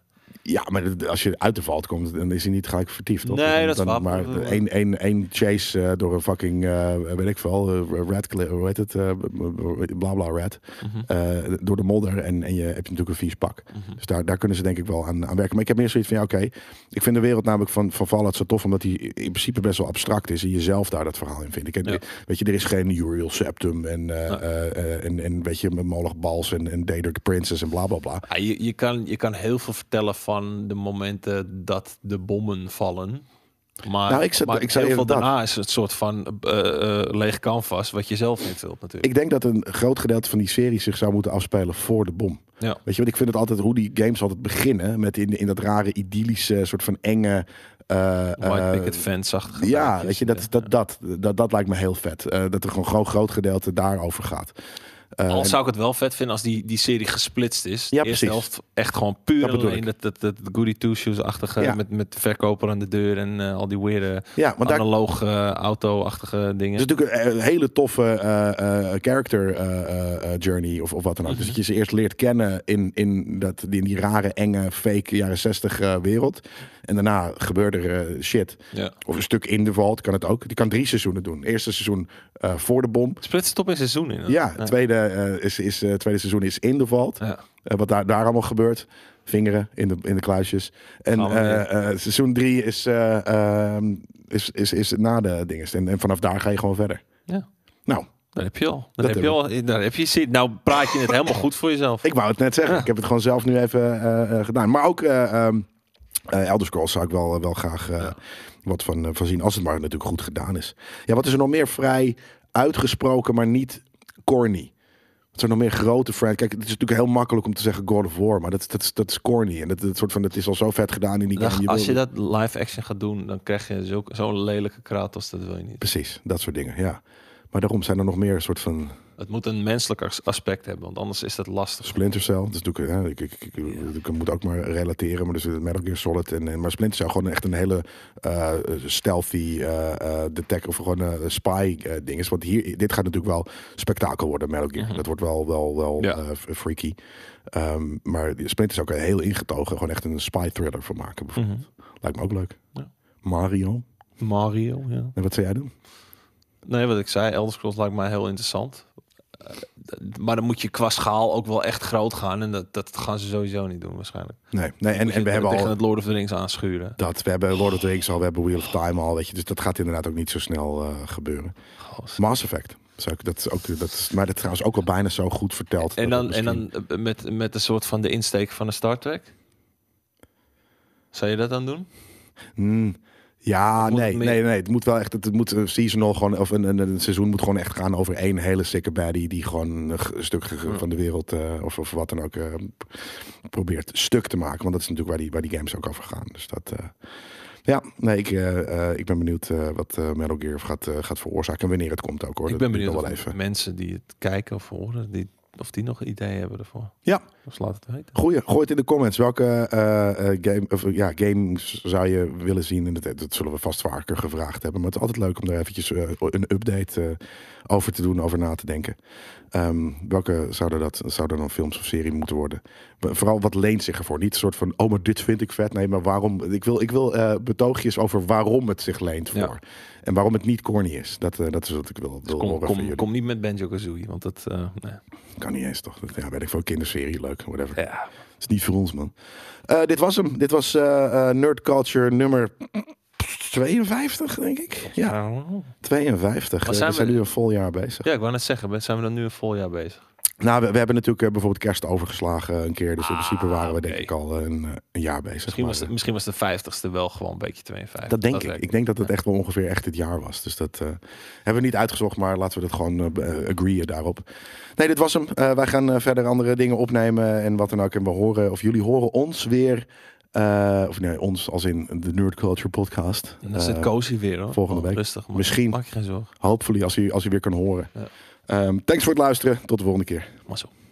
Ja, maar als je uit de valt komt, dan is hij niet gelijk vertiefd, toch? Nee, dat is waar. Maar één chase door een fucking, weet ik veel, hoe heet het? Blabla red. Door de modder en je hebt natuurlijk een vies pak. Dus daar kunnen ze denk ik wel aan werken. Maar ik heb meer zoiets van, oké, ik vind de wereld namelijk van Fallout zo tof, omdat die in principe best wel abstract is en je zelf daar dat verhaal in vindt. Weet je, er is geen Uriel Septum en weet je, met Moloch Bals en Daedric the Princess en bla bla bla. Ja, je kan heel veel vertellen van de momenten dat de bommen vallen. Maar, ik heel veel daarna is het soort van leeg canvas wat je zelf invult natuurlijk. Ik denk dat een groot gedeelte van die serie zich zou moeten afspelen voor de bom. Ja. Weet je, want ik vind het altijd hoe die games altijd beginnen met in dat rare idyllische soort van enge White Picket Fence-achtige. Ja, weet je, dat lijkt me heel vet. Dat er gewoon een groot gedeelte daarover gaat. Al zou ik het wel vet vinden als die serie gesplitst is. Ja, de eerste helft echt gewoon puur alleen dat goody two-shoes-achtige met de verkoper aan de deur en al die weirde analoog auto-achtige dingen. Het is natuurlijk een hele toffe character journey of wat dan ook. Dus dat je ze eerst leert kennen in die rare, enge, fake jaren 60 wereld. En daarna gebeurt er shit. Ja. Of een stuk in de vault kan het ook. Die kan 3 seizoenen doen. Eerste seizoen voor de bom. Splitst het op een seizoen in? Ja, het tweede seizoen is in de vault. Ja. Wat daar allemaal gebeurt. Vingeren in de kluisjes. En seizoen 3 is na de dinges. En vanaf daar ga je gewoon verder. Ja. Nou. Daar heb je al. Daar heb je zin. Nou praat je het helemaal goed voor jezelf. Ik wou het net zeggen. Ja. Ik heb het gewoon zelf nu even gedaan. Maar ook Elder Scrolls zou ik wel graag wat van zien. Als het maar natuurlijk goed gedaan is. Ja, wat is er nog meer vrij uitgesproken, maar niet corny? Wat zijn nog meer grote franchises? Kijk, het is natuurlijk heel makkelijk om te zeggen God of War, maar dat is corny. En dat is al zo vet gedaan in die game. Als je dat live action gaat doen, dan krijg je zo'n lelijke Kratos, dat wil je niet. Precies, dat soort dingen, ja. Maar daarom zijn er nog meer soort van... Het moet een menselijk aspect hebben, want anders is dat lastig. Splinter Cell, dat is natuurlijk, ik moet ook maar relateren, maar dus Metal Gear Solid maar Splinter Cell gewoon echt een hele stealthy detective of gewoon spy ding is. Want dit gaat natuurlijk wel spektakel worden, Metal Gear. Dat wordt wel freaky. Maar Splinter is ook heel ingetogen, gewoon echt een spy thriller voor maken bijvoorbeeld. Lijkt me ook leuk. Ja. Mario, ja. En wat zou jij doen? Nee, wat ik zei, Elder Scrolls lijkt mij heel interessant. Maar dan moet je qua schaal ook wel echt groot gaan. En dat gaan ze sowieso niet doen waarschijnlijk. Nee en we hebben al het Lord of the Rings aanschuren. We hebben Lord of the Rings al, we hebben Wheel of Time al, weet je. Dus dat gaat inderdaad ook niet zo snel gebeuren. Mass Effect. Maar dat is trouwens ook al bijna zo goed verteld. En dan met een soort van de insteek van een Star Trek? Zou je dat dan doen? Ja, nee. Het moet wel echt. Het moet seasonal gewoon. Of een seizoen moet gewoon echt gaan over één hele sikke baddie die gewoon een stuk van de wereld of wat dan ook probeert stuk te maken. Want dat is natuurlijk waar die games ook over gaan. Dus dat. Ik ben benieuwd wat Metal Gear gaat veroorzaken en wanneer het komt ook, hoor. Ik ben benieuwd of mensen die het kijken of horen, of die nog ideeën hebben ervoor. Ja. Dus laat het weten. Gooi het in de comments. Welke games zou je willen zien? En dat zullen we vast vaker gevraagd hebben. Maar het is altijd leuk om daar eventjes een update over te doen, over na te denken. Welke zouden dan films of serie moeten worden? Vooral wat leent zich ervoor? Niet een soort van, maar dit vind ik vet. Nee, maar waarom? Ik wil betoogjes over waarom het zich leent voor. Ja. En waarom het niet corny is. Dat is wat ik wil horen. Kom niet met Banjo-Kazooie, want dat... nee. Kan niet eens, toch? Weet ik veel, kinderserie, leuk, whatever. Ja. Het is niet voor ons, man. Dit was hem. Dit was Nerd Culture nummer 52, denk ik. Ja, 52. We zijn nu een vol jaar bezig. Ja, ik wou net zeggen, zijn we dan nu een vol jaar bezig? Nou, we hebben natuurlijk bijvoorbeeld kerst overgeslagen een keer. Dus in principe waren we denk ik al een jaar bezig. Misschien was de 50ste wel gewoon een beetje 52. Dat denk ik. Ik denk dat het echt wel ongeveer echt dit jaar was. Dus dat hebben we niet uitgezocht, maar laten we dat gewoon agreeën daarop. Nee, dit was hem. Wij gaan verder andere dingen opnemen en wat dan ook. En we horen, of jullie horen ons weer... ons als in de Nerd Culture podcast. En dan zit Cozy weer, hoor. Volgende week. Rustig, man. Misschien. Maak je geen zorg. Hopefully als je weer kan horen. Ja. Thanks voor het luisteren. Tot de volgende keer. Maar zo.